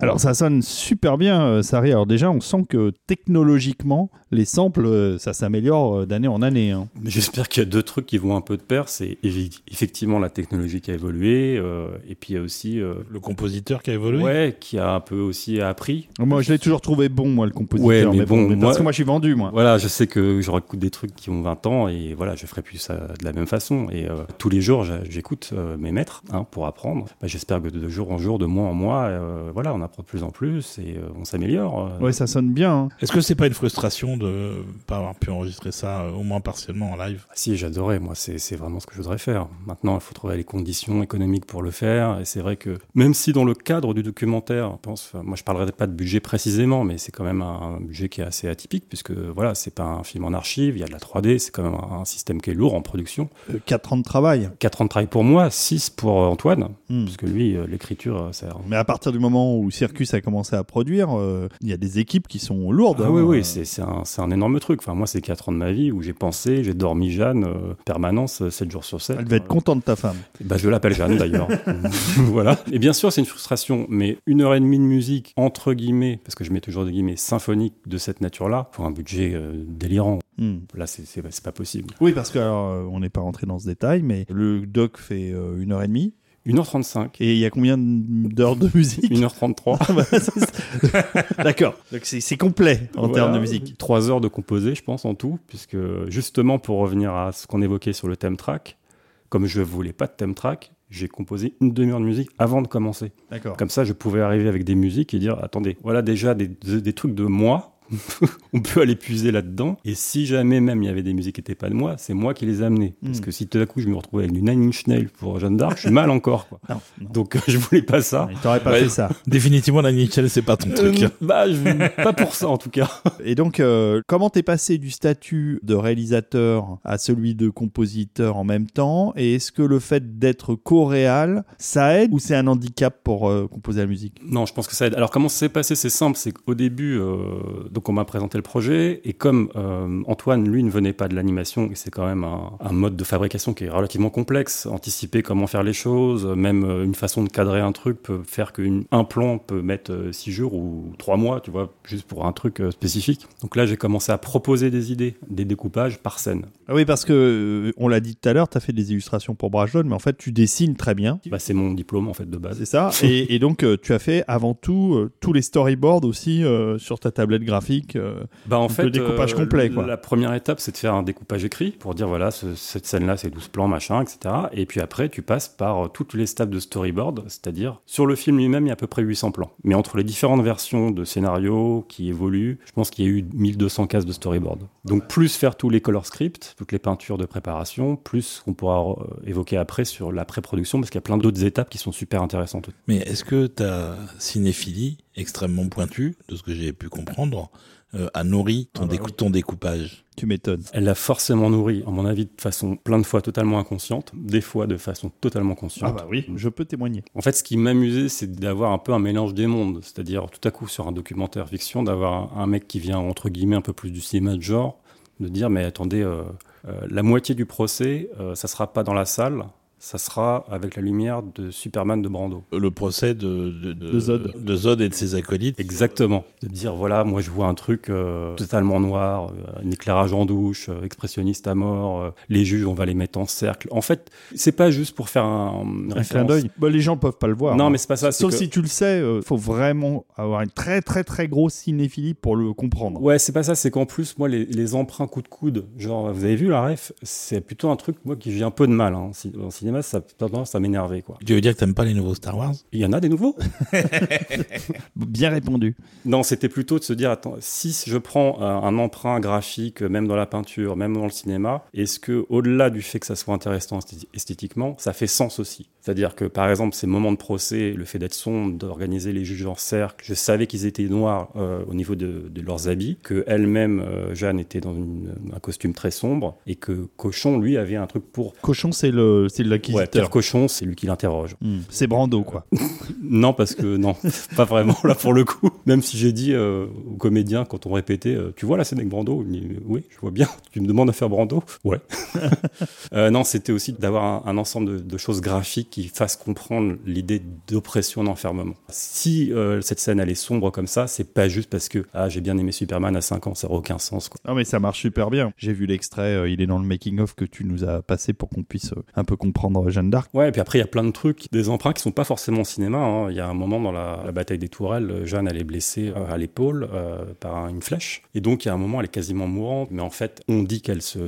Alors ça sonne super bien, Sari. Alors déjà, on sent que technologiquement, les samples, ça s'améliore d'année en année. Hein. Mais j'espère qu'il y a 2 trucs qui vont un peu de pair. C'est effectivement la technologie qui a évolué, et puis il y a aussi le compositeur qui a évolué. Ouais, qui a un peu aussi appris. Moi, je l'ai toujours trouvé bon, moi, le compositeur. Ouais, mais bon, parce moi, que moi, je suis vendu, moi. Voilà, je sais que je réécoute des trucs qui ont 20 ans et voilà, je ferai plus ça de la même façon. Et tous les jours, j'écoute mes maîtres pour apprendre. J'espère que de jour en jour, de mois en mois, voilà, on apprend de plus en plus et on s'améliore. Ouais, ça sonne bien. Hein. Est-ce que c'est pas une frustration de pas avoir pu enregistrer ça au moins partiellement en live? Si, j'adorais. Moi, c'est vraiment ce que je voudrais faire. Maintenant, il faut trouver les conditions économiques pour le faire. Et c'est vrai que même si dans le cadre du documentaire, moi, je parlerai pas de budget précisément, mais c'est quand même un budget qui est assez atypique puisque voilà, c'est pas un film en archive, il y a de la 3D, c'est quand même un système qui est lourd en production. 4 ans de travail. 4 ans de travail pour moi, 6 pour Antoine, parce que lui, l'écriture, ça... Mais à partir du moment où Circus a commencé à produire, il y a des équipes qui sont lourdes. Ah oui, c'est un énorme truc. Enfin, moi, c'est 4 ans de ma vie où j'ai pensé, j'ai dormi Jeanne, permanence, 7 jours sur 7. Elle devait être contente de ta femme. Je l'appelle Jeanne, d'ailleurs. Voilà. Et bien sûr, c'est une frustration, mais 1h30 de musique, entre guillemets, parce que je mets toujours des guillemets, symphonique de cette nature-là, pour un budget délirant. Là, c'est pas possible. Oui, parce que on n'est pas rentré dans ce détail, mais le doc fait 1h30. 1h35. Et il y a combien d'heures de musique? 1h33. D'accord. Donc c'est complet en termes de musique. 3 heures de composer, je pense, en tout, puisque justement, pour revenir à ce qu'on évoquait sur le thème track, comme je voulais pas de thème track, j'ai composé 1 demi-heure de musique avant de commencer. D'accord. Comme ça, je pouvais arriver avec des musiques et dire, attendez, voilà déjà des trucs de moi. On peut aller puiser là-dedans. Et si jamais même il y avait des musiques qui n'étaient pas de moi, c'est moi qui les ai amenées. Parce que si tout à coup je me retrouvais avec du Nine Inch Nails pour Jeanne d'Arc, je suis mal encore. Quoi. Non. Donc je voulais pas ça. Il t'aurait pas fait ça. Définitivement, la Nichel, c'est pas ton truc. Pas pour ça en tout cas. Et donc, comment t'es passé du statut de réalisateur à celui de compositeur en même temps? Et est-ce que le fait d'être co-réal, ça aide ou c'est un handicap pour composer la musique? Non, je pense que ça aide. Alors comment ça s'est passé? C'est simple, c'est qu'au début, donc on m'a présenté le projet et comme Antoine, lui, ne venait pas de l'animation, et c'est quand même un mode de fabrication qui est relativement complexe, anticiper comment faire les choses, même une façon de cadrer un truc peut faire qu'un plan peut mettre 6 jours ou 3 mois, tu vois, juste pour un truc spécifique. Donc là, j'ai commencé à proposer des idées, des découpages par scène. Ah oui, parce que on l'a dit tout à l'heure, tu as fait des illustrations pour Brajlon, mais en fait, tu dessines très bien. C'est mon diplôme en fait de base. C'est ça. Et donc, tu as fait avant tout tous les storyboards aussi sur ta tablette graphique. En fait, le découpage complet, quoi. La première étape, c'est de faire un découpage écrit pour dire voilà, cette scène-là, c'est 12 plans, machin, etc. Et puis après, tu passes par toutes les étapes de storyboard, c'est-à-dire sur le film lui-même, il y a à peu près 800 plans. Mais entre les différentes versions de scénario qui évoluent, je pense qu'il y a eu 1200 cases de storyboard. Donc plus faire tous les color scripts, toutes les peintures de préparation, plus qu'on pourra évoquer après sur la pré-production, parce qu'il y a plein d'autres étapes qui sont super intéressantes. Mais est-ce que ta cinéphilie extrêmement pointue, de ce que j'ai pu comprendre, a nourri ton découpage? Tu m'étonnes. Elle l'a forcément nourri, à mon avis, de façon plein de fois totalement inconsciente, des fois de façon totalement consciente. Ah bah oui, je peux témoigner. En fait, ce qui m'amusait, c'est d'avoir un peu un mélange des mondes, c'est-à-dire tout à coup sur un documentaire fiction, d'avoir un mec qui vient entre guillemets un peu plus du cinéma de genre, de dire mais attendez, la moitié du procès, ça sera pas dans la salle. Ça sera avec la lumière de Superman de Brando. Le procès de Zod et de ses acolytes. Exactement. De dire, voilà, moi je vois un truc totalement noir, un éclairage en douche, expressionniste à mort, les juges, on va les mettre en cercle. En fait, c'est pas juste pour faire un clin d'œil. Les gens peuvent pas le voir. Non, mais c'est pas ça. Sauf si tu le sais, faut vraiment avoir une très très très grosse cinéphilie pour le comprendre. Ouais, c'est pas ça. C'est qu'en plus, moi, les emprunts coup de coude, genre, vous avez vu la ref, c'est plutôt un truc, moi, qui j'ai un peu de mal. En cinéma, ça a tendance à m'énerver, quoi. Tu veux dire que t'aimes pas les nouveaux Star Wars? Il y en a des nouveaux. Bien répondu. Non, c'était plutôt de se dire, attends, si je prends un emprunt graphique, même dans la peinture, même dans le cinéma, est-ce que, au-delà du fait que ça soit intéressant esthétiquement, ça fait sens aussi? C'est-à-dire que, par exemple, ces moments de procès, le fait d'être sombre, d'organiser les juges en cercle, je savais qu'ils étaient noirs au niveau de leurs habits, que elle-même, Jeanne, était dans un costume très sombre, et que Cochon, lui, avait un truc pour... Cochon, c'est l'acquisiteur. Ouais, Pierre Cochon, c'est lui qui l'interroge. C'est Brando, quoi. Non, parce que non, pas vraiment là pour le coup. Même si j'ai dit aux comédiens quand on répétait, tu vois la scène avec Brando? Il me dit, oui, je vois bien. Tu me demandes à faire Brando? Ouais. Non, c'était aussi d'avoir un ensemble de choses graphiques qui fassent comprendre l'idée d'oppression, d'enfermement. Si cette scène elle est sombre comme ça, c'est pas juste parce que j'ai bien aimé Superman à 5 ans, ça n'a aucun sens, quoi. Non mais ça marche super bien. J'ai vu l'extrait, il est dans le making-of que tu nous as passé pour qu'on puisse un peu comprendre Jeanne d'Arc. Ouais, et puis après il y a plein de trucs, des emprunts qui sont pas forcément au cinéma, hein. Il y a un moment dans la bataille des Tourelles, Jeanne elle est blessée à l'épaule par une flèche, et donc il y a un moment elle est quasiment mourante, mais en fait on dit qu'elle se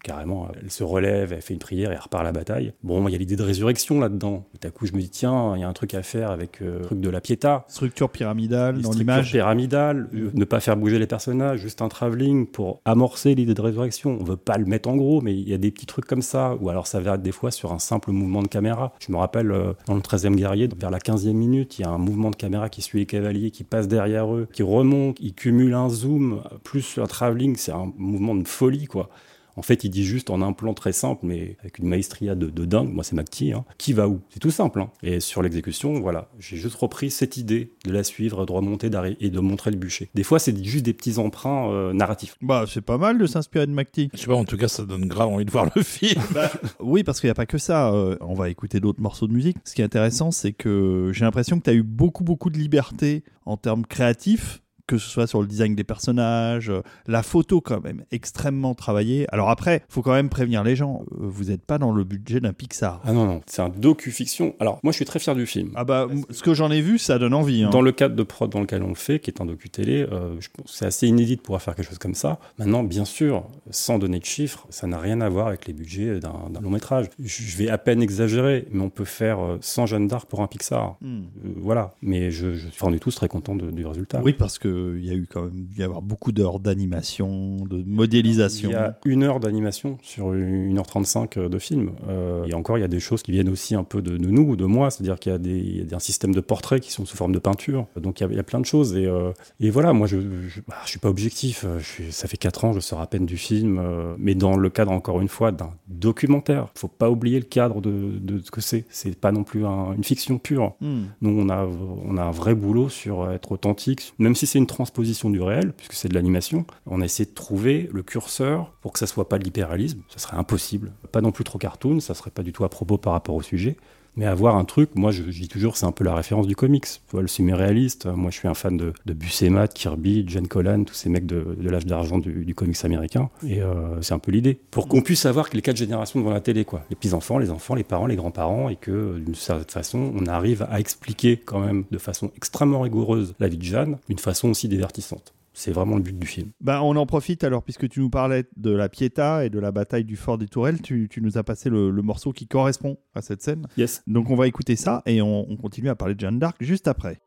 relève, elle fait une prière et elle repart à la bataille. Bon, il y a l'idée de résurrection là-dedans. Et d'un coup je me dis tiens, il y a un truc à faire avec le truc de la Pietà. Structure pyramidale dans Structure l'image. pyramidale, ne pas faire bouger les personnages, juste un travelling pour amorcer l'idée de résurrection. On veut pas le mettre en gros, mais il y a des petits trucs comme ça, ou alors ça va des fois sur un simple mouvement de caméra. Je me rappelle dans le 13e guerrier, vers la 15e minute, il y a un mouvement de caméra qui suit les cavaliers, qui passe derrière eux, qui remonte, il cumule un zoom, plus un travelling, c'est un mouvement de folie, quoi. En fait, il dit juste en un plan très simple, mais avec une maestria de dingue, moi c'est Macti, qui va où? C'est tout simple. Et sur l'exécution, voilà, j'ai juste repris cette idée de la suivre, de remonter et de montrer le bûcher. Des fois, c'est juste des petits emprunts narratifs. Bah, c'est pas mal de s'inspirer de McTee. Je sais pas, en tout cas, ça donne grave envie de voir le film. Oui, parce qu'il n'y a pas que ça. On va écouter d'autres morceaux de musique. Ce qui est intéressant, c'est que j'ai l'impression que tu as eu beaucoup de liberté en termes créatifs, que ce soit sur le design des personnages, la photo quand même, extrêmement travaillée. Alors après, faut quand même prévenir les gens, vous n'êtes pas dans le budget d'un Pixar. Ah non, c'est un docu-fiction. Alors, moi je suis très fier du film. Ah bah, ce que j'en ai vu, ça donne envie. Dans le cadre de prod dans lequel on le fait, qui est un docu-télé, je pense que c'est assez inédit de pouvoir faire quelque chose comme ça. Maintenant, bien sûr, sans donner de chiffres, ça n'a rien à voir avec les budgets d'un long-métrage. Je vais à peine exagérer, mais on peut faire 100 Jeanne d'Arc pour un Pixar. Voilà. Mais on est tous très contents du résultat. Oui, parce que il y a eu quand même y avoir beaucoup d'heures d'animation, de modélisation. Il y a 1 heure d'animation sur 1h35 de film. Et encore, il y a des choses qui viennent aussi un peu de nous, de moi, c'est-à-dire qu'il y a un système de portraits qui sont sous forme de peinture. Donc il y a plein de choses. Et voilà, moi je suis pas objectif. Ça fait 4 ans, je sors à peine du film. Mais dans le cadre, encore une fois, d'un documentaire. Il faut pas oublier le cadre de ce que c'est. C'est pas non plus une fiction pure. Nous, on a un vrai boulot sur être authentique, même si c'est une transposition du réel, puisque c'est de l'animation. On a essayé de trouver le curseur pour que ça soit pas de l'hyperréalisme, ça serait impossible. Pas non plus trop cartoon, ça serait pas du tout à propos par rapport au sujet. Mais avoir un truc, moi je dis toujours, c'est un peu la référence du comics. Tu vois, le semi-réaliste, moi je suis un fan de Buscema, de Kirby, de Gene Colan, tous ces mecs de l'âge d'argent du comics américain. Et c'est un peu l'idée. Pour qu'on puisse avoir que les 4 générations devant la télé, quoi. Les petits-enfants, les parents, les grands-parents, et que d'une certaine façon, on arrive à expliquer quand même de façon extrêmement rigoureuse la vie de Jeanne, d'une façon aussi divertissante. C'est vraiment le but du film. Bah, on en profite alors, puisque tu nous parlais de la Pietà et de la bataille du fort des Tourelles, tu nous as passé le morceau qui correspond à cette scène. Yes. Donc on va écouter ça et on continue à parler de Jeanne d'Arc juste après.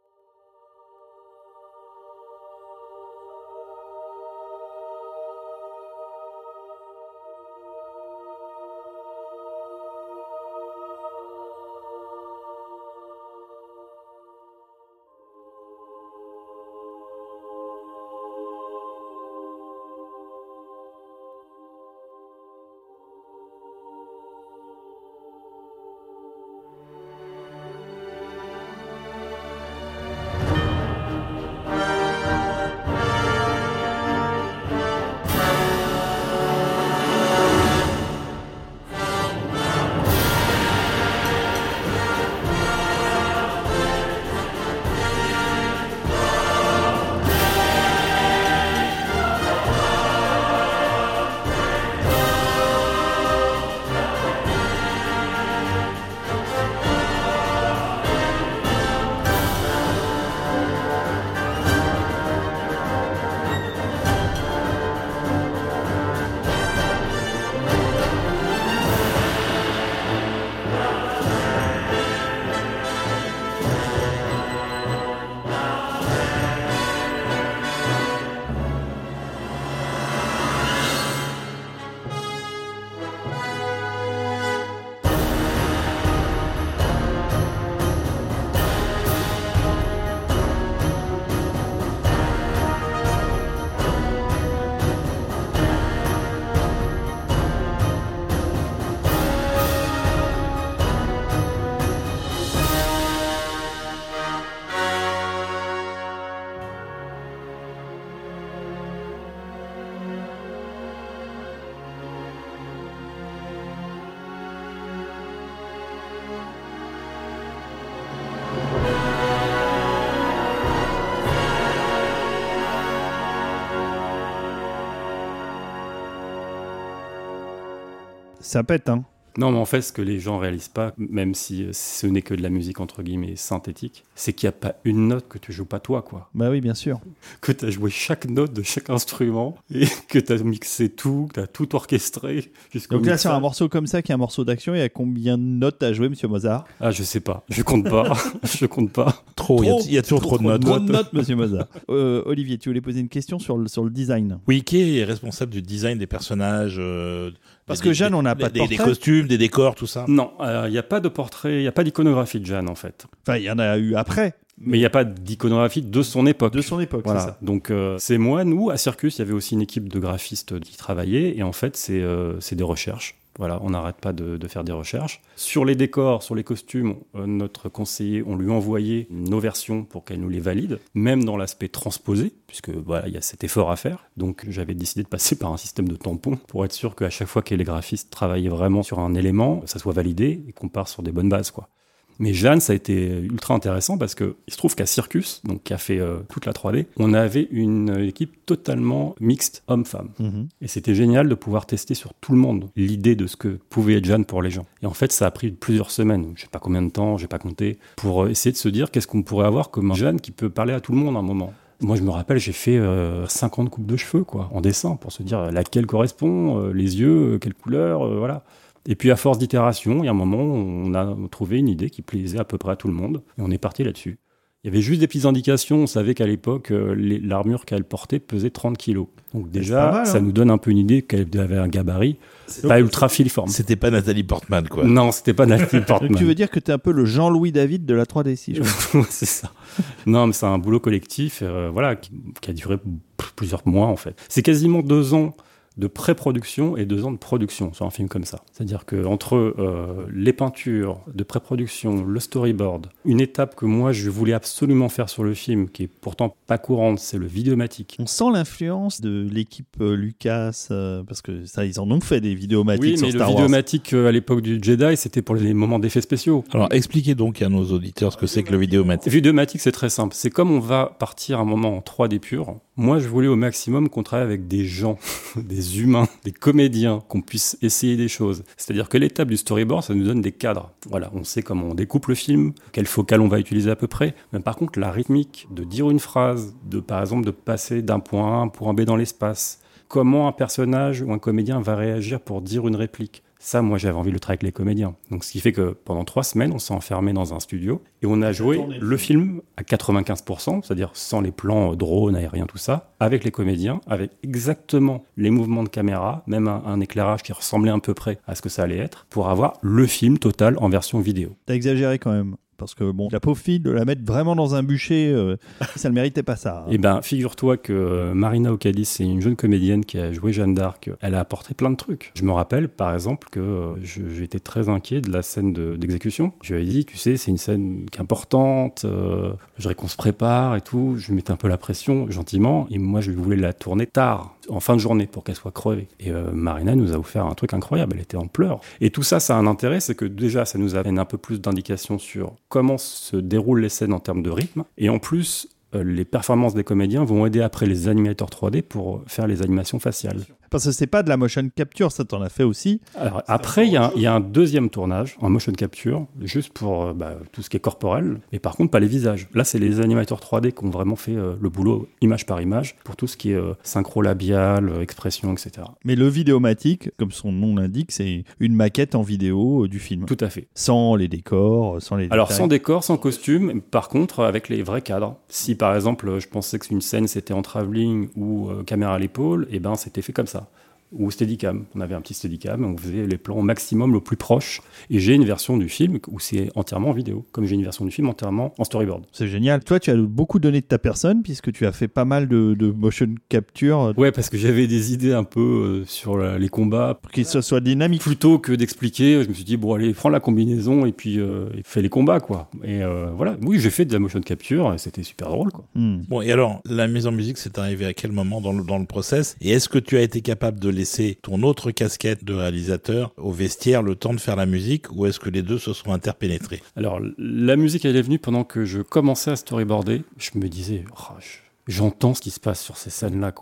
Ça pète, hein. Non, mais en fait, ce que les gens réalisent pas, même si ce n'est que de la musique entre guillemets synthétique, c'est qu'il n'y a pas une note que tu joues pas toi, quoi. Bah oui, bien sûr. Que tu as joué chaque note de chaque instrument et que tu as mixé tout, que tu as tout orchestré jusqu'au Donc là, mixage. sur un morceau comme ça, qui est un morceau d'action, il y a combien de notes à jouer, monsieur Mozart? Ah, je sais pas. Je compte pas. Je compte pas. Trop, il y a toujours trop de notes. Trop de notes, monsieur Mozart. Olivier, tu voulais poser une question sur le design. Oui, qui est responsable du design des personnages Parce que Jeanne, on n'a pas de des portrait. costumes, des décors, tout ça. Non, il n'y a pas de portrait, il n'y a pas d'iconographie de Jeanne, en fait. Enfin, il y en a eu après, Mais il n'y a pas d'iconographie de son époque. de son époque, c'est Voilà. ça. Donc, c'est moi, nous, à Circus, il y avait aussi une équipe de graphistes qui travaillaient. Et en fait, c'est des recherches. Voilà, on n'arrête pas de faire des recherches. Sur les décors, sur les costumes, notre conseiller, on lui envoyait nos versions pour qu'elle nous les valide, même dans l'aspect transposé, puisque voilà, il y a cet effort à faire. Donc j'avais décidé de passer par un système de tampons pour être sûr qu'à chaque fois que les graphistes travaillaient vraiment sur un élément, ça soit validé et qu'on part sur des bonnes bases, quoi. Mais Jeanne, ça a été ultra intéressant parce que il se trouve qu'à Circus, donc qui a fait toute la 3D, on avait une équipe totalement mixte homme-femme. Mhm. Et c'était génial de pouvoir tester sur tout le monde l'idée de ce que pouvait être Jeanne pour les gens. Et en fait, ça a pris plusieurs semaines, je sais pas combien de temps, j'ai pas compté, pour essayer de se dire qu'est-ce qu'on pourrait avoir comme Jeanne qui peut parler à tout le monde à un moment. Moi, je me rappelle, j'ai fait 50 coupes de cheveux, quoi, en dessin, pour se dire laquelle correspond, les yeux, quelle couleur, voilà. Et puis, à force d'itération, il y a un moment où on a trouvé une idée qui plaisait à peu près à tout le monde, et on est parti là-dessus. Il y avait juste des petites indications. On savait qu'à l'époque, l'armure qu'elle portait pesait 30 kilos. Donc déjà, pas mal, hein. ça nous donne un peu une idée qu'elle avait un gabarit pas ultra filiforme. C'était pas Nathalie Portman, quoi. Non, c'était pas Nathalie Portman. Donc tu veux dire que tu es un peu le Jean-Louis David de la 3D, si je veux. C'est ça. Non, mais c'est un boulot collectif voilà, qui a duré plusieurs mois, en fait. C'est quasiment 2 ans de pré-production et 2 ans de production sur un film comme ça. C'est-à-dire qu'entre les peintures de pré-production, le storyboard, une étape que moi je voulais absolument faire sur le film, qui est pourtant pas courante, c'est le vidéomatique. On sent l'influence de l'équipe Lucas, parce que ça, ils en ont fait des vidéomatiques Oui, sur mais le Star Wars. vidéomatique à l'époque du Jedi, c'était pour les moments d'effets spéciaux. Alors, expliquez donc à nos auditeurs ce que c'est que le vidéomatique. Vidéomatique, c'est très simple. C'est comme on va partir un moment en 3D pur. Moi, je voulais au maximum qu'on travaille avec des gens, des humains, des comédiens, qu'on puisse essayer des choses. C'est-à-dire que l'étape du storyboard, ça nous donne des cadres. Voilà, on sait comment on découpe le film, quel focal on va utiliser à peu près. Mais par contre, la rythmique, de dire une phrase, par exemple, de passer d'un point A à un point B dans l'espace, comment un personnage ou un comédien va réagir pour dire une réplique. Ça, moi, j'avais envie de le travailler avec les comédiens. Donc, ce qui fait que pendant 3 semaines, on s'est enfermé dans un studio et on a joué le film à 95%, c'est-à-dire sans les plans drone, aériens, tout ça, avec les comédiens, avec exactement les mouvements de caméra, même un éclairage qui ressemblait à peu près à ce que ça allait être, pour avoir le film total en version vidéo. T'as exagéré quand même. Parce que bon, la pauvre fille, de la mettre vraiment dans un bûcher, ça ne méritait pas ça. Hein. Eh ben, figure-toi que Marina Ocadis, c'est une jeune comédienne qui a joué Jeanne d'Arc. Elle a apporté plein de trucs. Je me rappelle, par exemple, que j'étais très inquiet de la scène d'exécution. Je lui ai dit, tu sais, c'est une scène qui est importante, je dirais qu'on se prépare et tout. Je lui mettais un peu la pression, gentiment. Et moi, je voulais la tourner tard, en fin de journée, pour qu'elle soit crevée. Et Marina nous a offert un truc incroyable. Elle était en pleurs. Et tout ça, ça a un intérêt, c'est que déjà, ça nous amène un peu plus d'indications sur comment se déroulent les scènes en termes de rythme. Et en plus, les performances des comédiens vont aider après les animateurs 3D pour faire les animations faciales. Parce que c'est pas de la motion capture, ça t'en a fait aussi. Alors, après, il y a un deuxième tournage en motion capture, juste pour tout ce qui est corporel, mais par contre pas les visages. Là, c'est les animateurs 3D qui ont vraiment fait le boulot image par image pour tout ce qui est synchro labial, expression, etc. Mais le vidéomatique, comme son nom l'indique, c'est une maquette en vidéo du film. Tout à fait. Sans les décors, sans les Alors, détails. sans décor, sans costume, par contre, avec les vrais cadres. Si, par exemple, je pensais qu'une scène, c'était en travelling ou caméra à l'épaule, et ben, c'était fait comme ça. Ou Steadicam. On avait un petit Steadicam, on faisait les plans au maximum le plus proche. Et j'ai une version du film où c'est entièrement en vidéo, comme j'ai une version du film entièrement en storyboard. C'est génial. Toi, tu as beaucoup donné de ta personne, puisque tu as fait pas mal de motion capture Ouais, parce que j'avais des idées un peu sur les combats. pour que ce soit dynamique. Plutôt que d'expliquer, je me suis dit, bon, allez, prends la combinaison et puis fais les combats, quoi. Et voilà, oui, j'ai fait de la motion capture et c'était super drôle, quoi. Bon, et alors, la mise en musique, c'est arrivé à quel moment dans le process? Et est-ce que tu as été capable de laisser ton autre casquette de réalisateur au vestiaire le temps de faire la musique, ou est-ce que les deux se sont interpénétrés? Alors, la musique, elle est venue pendant que je commençais à storyboarder. Je me disais, j'entends ce qui se passe sur ces scènes-là, quoi.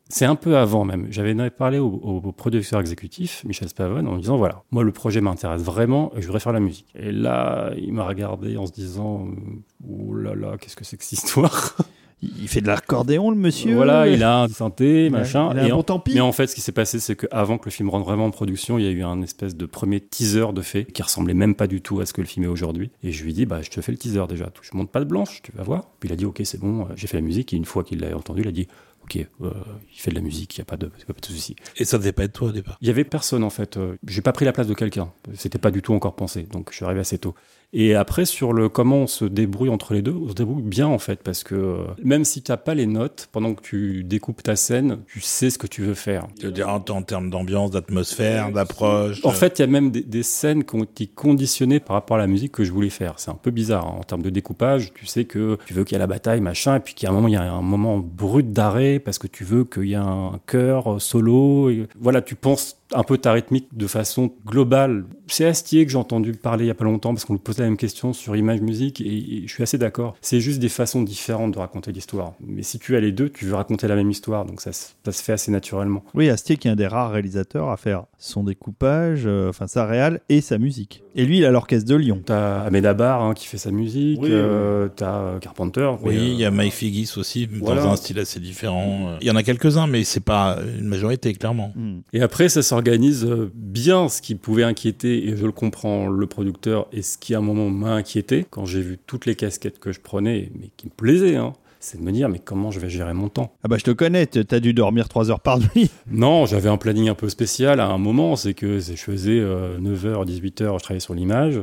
C'est un peu avant même. J'avais parlé au producteur exécutif, Michel Spavone, en disant voilà, moi le projet m'intéresse vraiment et je voudrais faire la musique. Et là, il m'a regardé en se disant oh là là, qu'est-ce que c'est que cette histoire? Il fait de l'accordéon, le monsieur. Voilà, il a un synthé, machin. Il a un bon tant pis. Mais en fait, ce qui s'est passé, c'est qu'avant que le film rentre vraiment en production, il y a eu un espèce de premier teaser de fait qui ressemblait même pas du tout à ce que le film est aujourd'hui. Et je lui ai dit, je te fais le teaser déjà. Je monte pas de blanche, tu vas voir. Puis il a dit, ok, c'est bon, j'ai fait la musique. Et une fois qu'il l'a entendu, il a dit, ok, il fait de la musique, il n'y a pas de souci. Et ça devait pas être toi au départ? Il y avait personne en fait. J'ai pas pris la place de quelqu'un. C'était pas du tout encore pensé. Donc je suis arrivé assez tôt. Et après, sur le comment on se débrouille entre les deux, on se débrouille bien en fait, parce que même si tu n'as pas les notes, pendant que tu découpes ta scène, tu sais ce que tu veux faire. Tu veux dire en termes d'ambiance, d'atmosphère, d'approche? En fait, il y a même des scènes qui ont été conditionnées par rapport à la musique que je voulais faire. C'est un peu bizarre, hein. En termes de découpage, tu sais que tu veux qu'il y ait la bataille, machin, et puis qu'il y a un moment, il y a un moment brut d'arrêt, parce que tu veux qu'il y ait un chœur solo. Et voilà, tu penses un peu ta rythmique de façon globale. C'est Astier que j'ai entendu parler il y a pas longtemps parce qu'on lui posait la même question sur image musique et je suis assez d'accord. C'est juste des façons différentes de raconter l'histoire. Mais si tu as les deux, tu veux raconter la même histoire, donc ça se fait assez naturellement. Oui, Astier qui est un des rares réalisateurs à faire son découpage, sa réal et sa musique. Et lui, il a l'orchestre de Lyon. T'as Ahmed Abar qui fait sa musique, oui, t'as Carpenter. Oui, il y a Mike Figgis aussi, voilà, dans un style assez différent. Il y en a quelques-uns, mais c'est pas une majorité, clairement. Et après, ça s'organise bien, ce qui pouvait inquiéter, et je le comprends, le producteur, et ce qui à un moment m'a inquiété, quand j'ai vu toutes les casquettes que je prenais, mais qui me plaisaient, c'est de me dire, mais comment je vais gérer mon temps? Ah je te connais, t'as dû dormir 3 heures par nuit. Non, j'avais un planning un peu spécial à un moment, c'est que je faisais 9h, 18h, je travaillais sur l'image,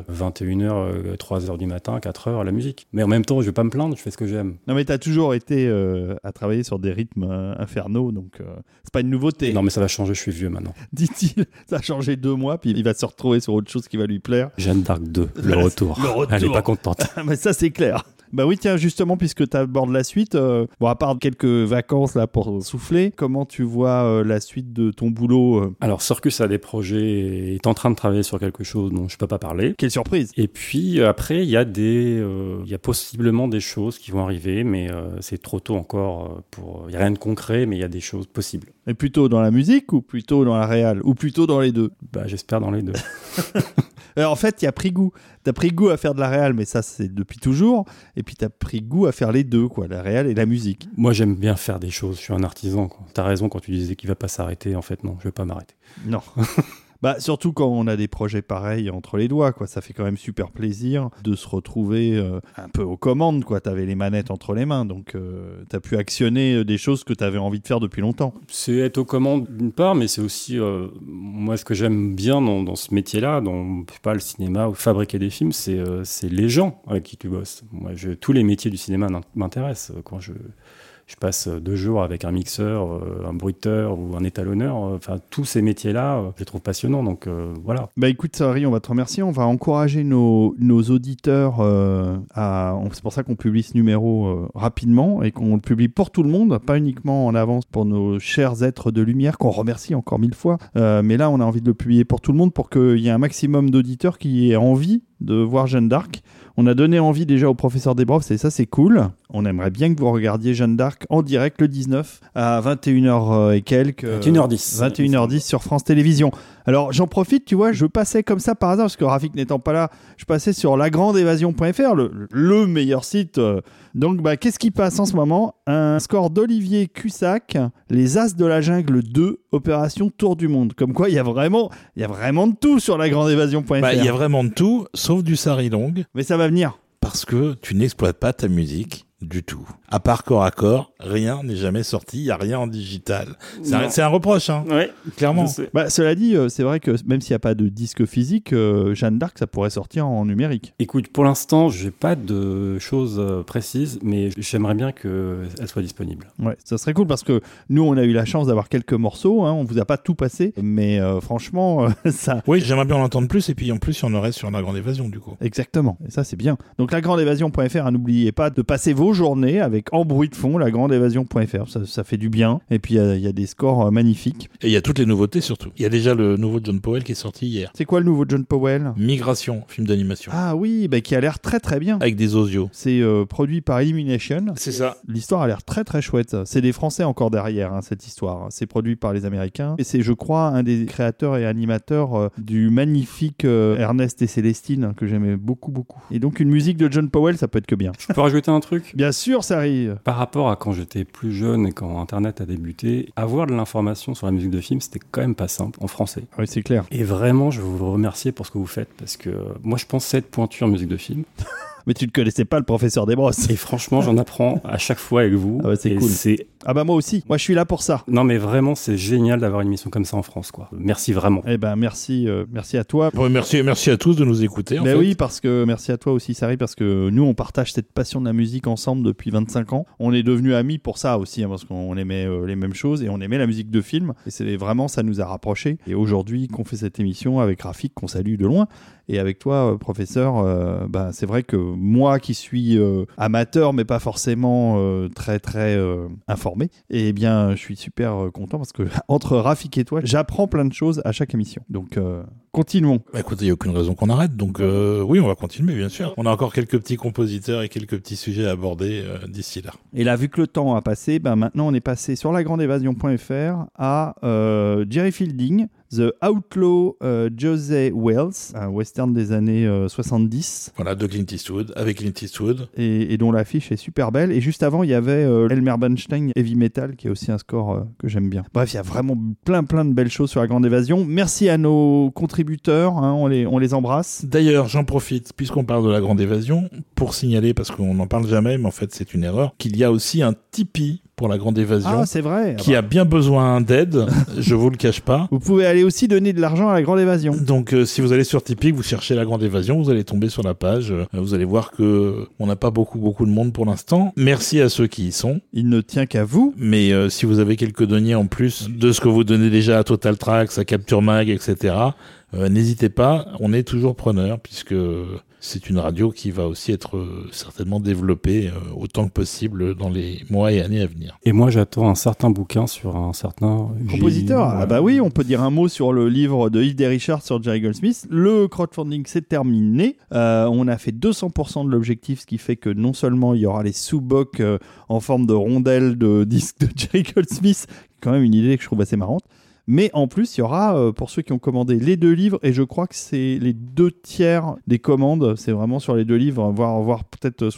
21h, 3h du matin, 4h, la musique. Mais en même temps, je vais pas me plaindre, je fais ce que j'aime. Non mais t'as toujours été à travailler sur des rythmes infernaux, donc c'est pas une nouveauté. Non mais ça va changer, je suis vieux maintenant. Dit-il, ça a changé 2 mois, puis il va se retrouver sur autre chose qui va lui plaire. Jeanne d'Arc 2, le retour. Elle est pas contente. Mais ça c'est clair. Bah oui, tiens, justement, puisque tu abordes la suite, à part quelques vacances là pour souffler, comment tu vois la suite de ton boulot Alors, Circus a des projets, est en train de travailler sur quelque chose dont je peux pas parler. Quelle surprise! Et puis après, il y a possiblement des choses qui vont arriver, mais c'est trop tôt encore il y a rien de concret, mais il y a des choses possibles. Et plutôt dans la musique ou plutôt dans la réal ou plutôt dans les deux? J'espère dans les deux. Alors, en fait, il y a pris goût. T'as pris goût à faire de la réal, mais ça, c'est depuis toujours. Et puis, t'as pris goût à faire les deux, quoi, la réal et la musique. Moi, j'aime bien faire des choses. Je suis un artisan, quoi. T'as raison quand tu disais qu'il va pas s'arrêter. En fait, non, je vais pas m'arrêter. Non. Surtout quand on a des projets pareils entre les doigts, quoi. Ça fait quand même super plaisir de se retrouver un peu aux commandes, quoi. T'avais les manettes entre les mains, donc t'as pu actionner des choses que t'avais envie de faire depuis longtemps. C'est être aux commandes d'une part, mais c'est aussi moi ce que j'aime bien dans ce métier-là, dans le cinéma ou fabriquer des films, c'est les gens avec qui tu bosses. Moi, tous les métiers du cinéma m'intéressent. Quand je passe 2 jours avec un mixeur, un bruiteur ou un étalonneur. Tous ces métiers-là, je les trouve passionnants. Donc, voilà. Écoute, Harry, on va te remercier. On va encourager nos auditeurs c'est pour ça qu'on publie ce numéro rapidement et qu'on le publie pour tout le monde, pas uniquement en avance pour nos chers êtres de lumière, qu'on remercie encore 1000 fois. Mais là, on a envie de le publier pour tout le monde pour qu'il y ait un maximum d'auditeurs qui aient envie de voir Jeanne d'Arc. On a donné envie déjà au professeur Desbrosses et ça c'est cool. On aimerait bien que vous regardiez Jeanne d'Arc en direct le 19 à 21h et quelques. 21h10. 21h10 sur France Télévisions. Alors j'en profite, tu vois, je passais comme ça par hasard parce que Rafik n'étant pas là, je passais sur lagrandeévasion.fr, le meilleur site. Donc qu'est-ce qui passe en ce moment? Un score d'Olivier Cussac, Les As de la Jungle 2, Opération Tour du Monde. Comme quoi il y a vraiment de tout sur lagrandeévasion.fr. Il y a vraiment de tout, sauf du Sarilong. Mais ça va venir. Parce que tu n'exploites pas ta musique du tout. À part corps à corps, rien n'est jamais sorti, il n'y a rien en digital. C'est un reproche, Ouais, clairement. Cela dit, c'est vrai que même s'il n'y a pas de disque physique, Jeanne d'Arc, ça pourrait sortir en numérique. Écoute, pour l'instant, je n'ai pas de choses précises, mais j'aimerais bien qu'elle soit disponible. Ouais, ça serait cool parce que nous, on a eu la chance d'avoir quelques morceaux, on ne vous a pas tout passé, mais franchement, ça... Oui, j'aimerais bien en entendre plus, et puis en plus, il y en aurait sur La Grande Évasion, du coup. Exactement, et ça, c'est bien. Donc, lagrandeévasion.fr, n'oubliez pas de passer vos journées avec en bruit de fond La Grande lagrandeévasion.fr. Ça fait du bien. Et puis, il y a des scores magnifiques. Et il y a toutes les nouveautés surtout. Il y a déjà le nouveau John Powell qui est sorti hier. C'est quoi le nouveau John Powell ? Migration, film d'animation. Ah oui, qui a l'air très très bien. Avec des osios. C'est produit par Illumination. C'est ça. L'histoire a l'air très très chouette. C'est des Français encore derrière, cette histoire. C'est produit par les Américains. Et c'est, je crois, un des créateurs et animateurs du magnifique Ernest et Célestine, que j'aimais beaucoup beaucoup. Et donc une musique de John Powell, ça peut être que bien. Je peux rajouter un truc ? Bien sûr, ça arrive. Par rapport à quand j'étais plus jeune et quand Internet a débuté, avoir de l'information sur la musique de film, c'était quand même pas simple en français. Oui, c'est clair. Et vraiment, je veux vous remercier pour ce que vous faites, parce que moi, je pense être pointure en musique de film. Mais tu ne connaissais pas le professeur Desbrosses. Et franchement, j'en apprends à chaque fois avec vous. Ah ouais, c'est et cool. Ah bah moi aussi. Moi, je suis là pour ça. Non, mais vraiment, c'est génial d'avoir une émission comme ça en France, quoi. Merci vraiment. Eh ben merci à toi. Ouais, merci à tous de nous écouter. Mais oui, parce que merci à toi aussi, Sari, parce que nous, on partage cette passion de la musique ensemble depuis 25 ans. On est devenus amis pour ça aussi, parce qu'on aimait les mêmes choses et on aimait la musique de film. Et c'est vraiment, ça nous a rapprochés. Et aujourd'hui, qu'on fait cette émission avec Rafik, qu'on salue de loin, et avec toi, professeur, c'est vrai que moi qui suis amateur, mais pas forcément très très informé, eh bien, je suis super content parce que entre Rafik et toi, j'apprends plein de choses à chaque émission. Donc, continuons. Bah écoutez, il n'y a aucune raison qu'on arrête, donc oui, on va continuer, bien sûr. On a encore quelques petits compositeurs et quelques petits sujets à aborder d'ici là. Et là, vu que le temps a passé, maintenant on est passé sur lagrandeévasion.fr à Jerry Fielding, The Outlaw Josey Wells, un western des années 70. Voilà, de Clint Eastwood, avec Clint Eastwood. Et dont l'affiche est super belle. Et juste avant, il y avait Elmer Bernstein, Heavy Metal, qui est aussi un score que j'aime bien. Bref, il y a vraiment plein de belles choses sur La Grande Évasion. Merci à nos contributeurs, on les embrasse. D'ailleurs, j'en profite, puisqu'on parle de La Grande Évasion, pour signaler, parce qu'on n'en parle jamais, mais en fait c'est une erreur, qu'il y a aussi un Tipeee pour La Grande Évasion. Ah, c'est vrai. Qui a bien besoin d'aide, je vous le cache pas. Vous pouvez aller aussi donner de l'argent à La Grande Évasion. Donc si vous allez sur Tipeee, vous cherchez La Grande Évasion, vous allez tomber sur la page, vous allez voir que on n'a pas beaucoup de monde pour l'instant. Merci à ceux qui y sont. Il ne tient qu'à vous. Mais si vous avez quelques deniers en plus de ce que vous donnez déjà à Total Tracks, à Capture Mag, etc., n'hésitez pas, on est toujours preneur, puisque c'est une radio qui va aussi être certainement développée autant que possible dans les mois et années à venir. Et moi, j'attends un certain bouquin sur un certain compositeur. Voilà. Ah bah oui, on peut dire un mot sur le livre de Yves Desrichard sur Jerry Goldsmith. Le crowdfunding, c'est terminé. On a fait 200% de l'objectif, ce qui fait que non seulement il y aura les sous-bocs en forme de rondelles de disques de Jerry Goldsmith, quand même une idée que je trouve assez marrante. Mais en plus, il y aura, pour ceux qui ont commandé les 2 livres, et je crois que c'est les 2 tiers des commandes, c'est vraiment sur les 2 livres, voire peut-être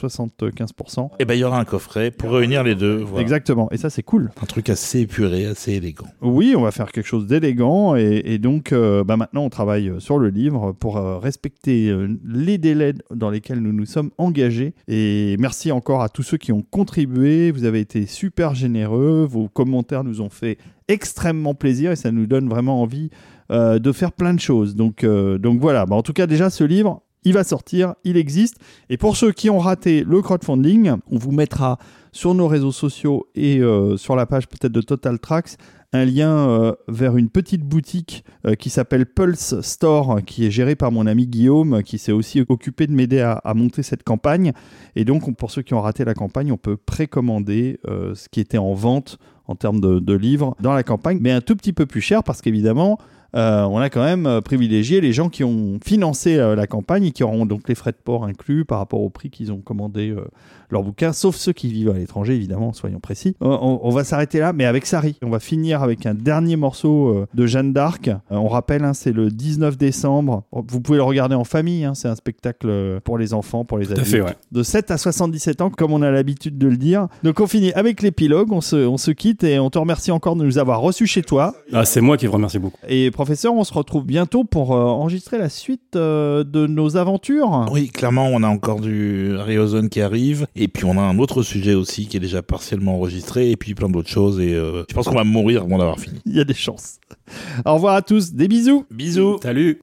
75%. Et ben il y aura un coffret pour réunir les deux. Voilà. Exactement, et ça c'est cool. Un truc assez épuré, assez élégant. Oui, on va faire quelque chose d'élégant, et donc maintenant on travaille sur le livre pour respecter les délais dans lesquels nous nous sommes engagés. Et merci encore à tous ceux qui ont contribué, vous avez été super généreux, vos commentaires nous ont fait extrêmement plaisir et ça nous donne vraiment envie de faire plein de choses. Donc voilà, en tout cas déjà ce livre, il va sortir, il existe. Et pour ceux qui ont raté le crowdfunding, on vous mettra sur nos réseaux sociaux et sur la page peut-être de Total Tracks un lien vers une petite boutique qui s'appelle Pulse Store, qui est gérée par mon ami Guillaume, qui s'est aussi occupé de m'aider à monter cette campagne. Et donc, pour ceux qui ont raté la campagne, on peut précommander ce qui était en vente en termes de livres dans la campagne, mais un tout petit peu plus cher parce qu'évidemment, on a quand même privilégié les gens qui ont financé la campagne et qui auront donc les frais de port inclus par rapport au prix qu'ils ont commandé leur bouquin, sauf ceux qui vivent à l'étranger, évidemment, soyons précis. On va s'arrêter là, mais avec Sari. On va finir avec un dernier morceau de Jeanne d'Arc. On rappelle, c'est le 19 décembre. Vous pouvez le regarder en famille, c'est un spectacle pour les enfants, pour les adultes. Tout à fait, ouais. De 7 à 77 ans, comme on a l'habitude de le dire. Donc on finit avec l'épilogue, on se quitte et on te remercie encore de nous avoir reçus chez toi. Ah, c'est moi qui vous remercie beaucoup. Et professeur, on se retrouve bientôt pour enregistrer la suite de nos aventures. Oui, clairement, on a encore du Harry Ozone qui arrive. Et puis, on a un autre sujet aussi qui est déjà partiellement enregistré. Et puis, plein d'autres choses. Et je pense qu'on va mourir avant d'avoir fini. Il y a des chances. Au revoir à tous. Des bisous. Bisous. Salut.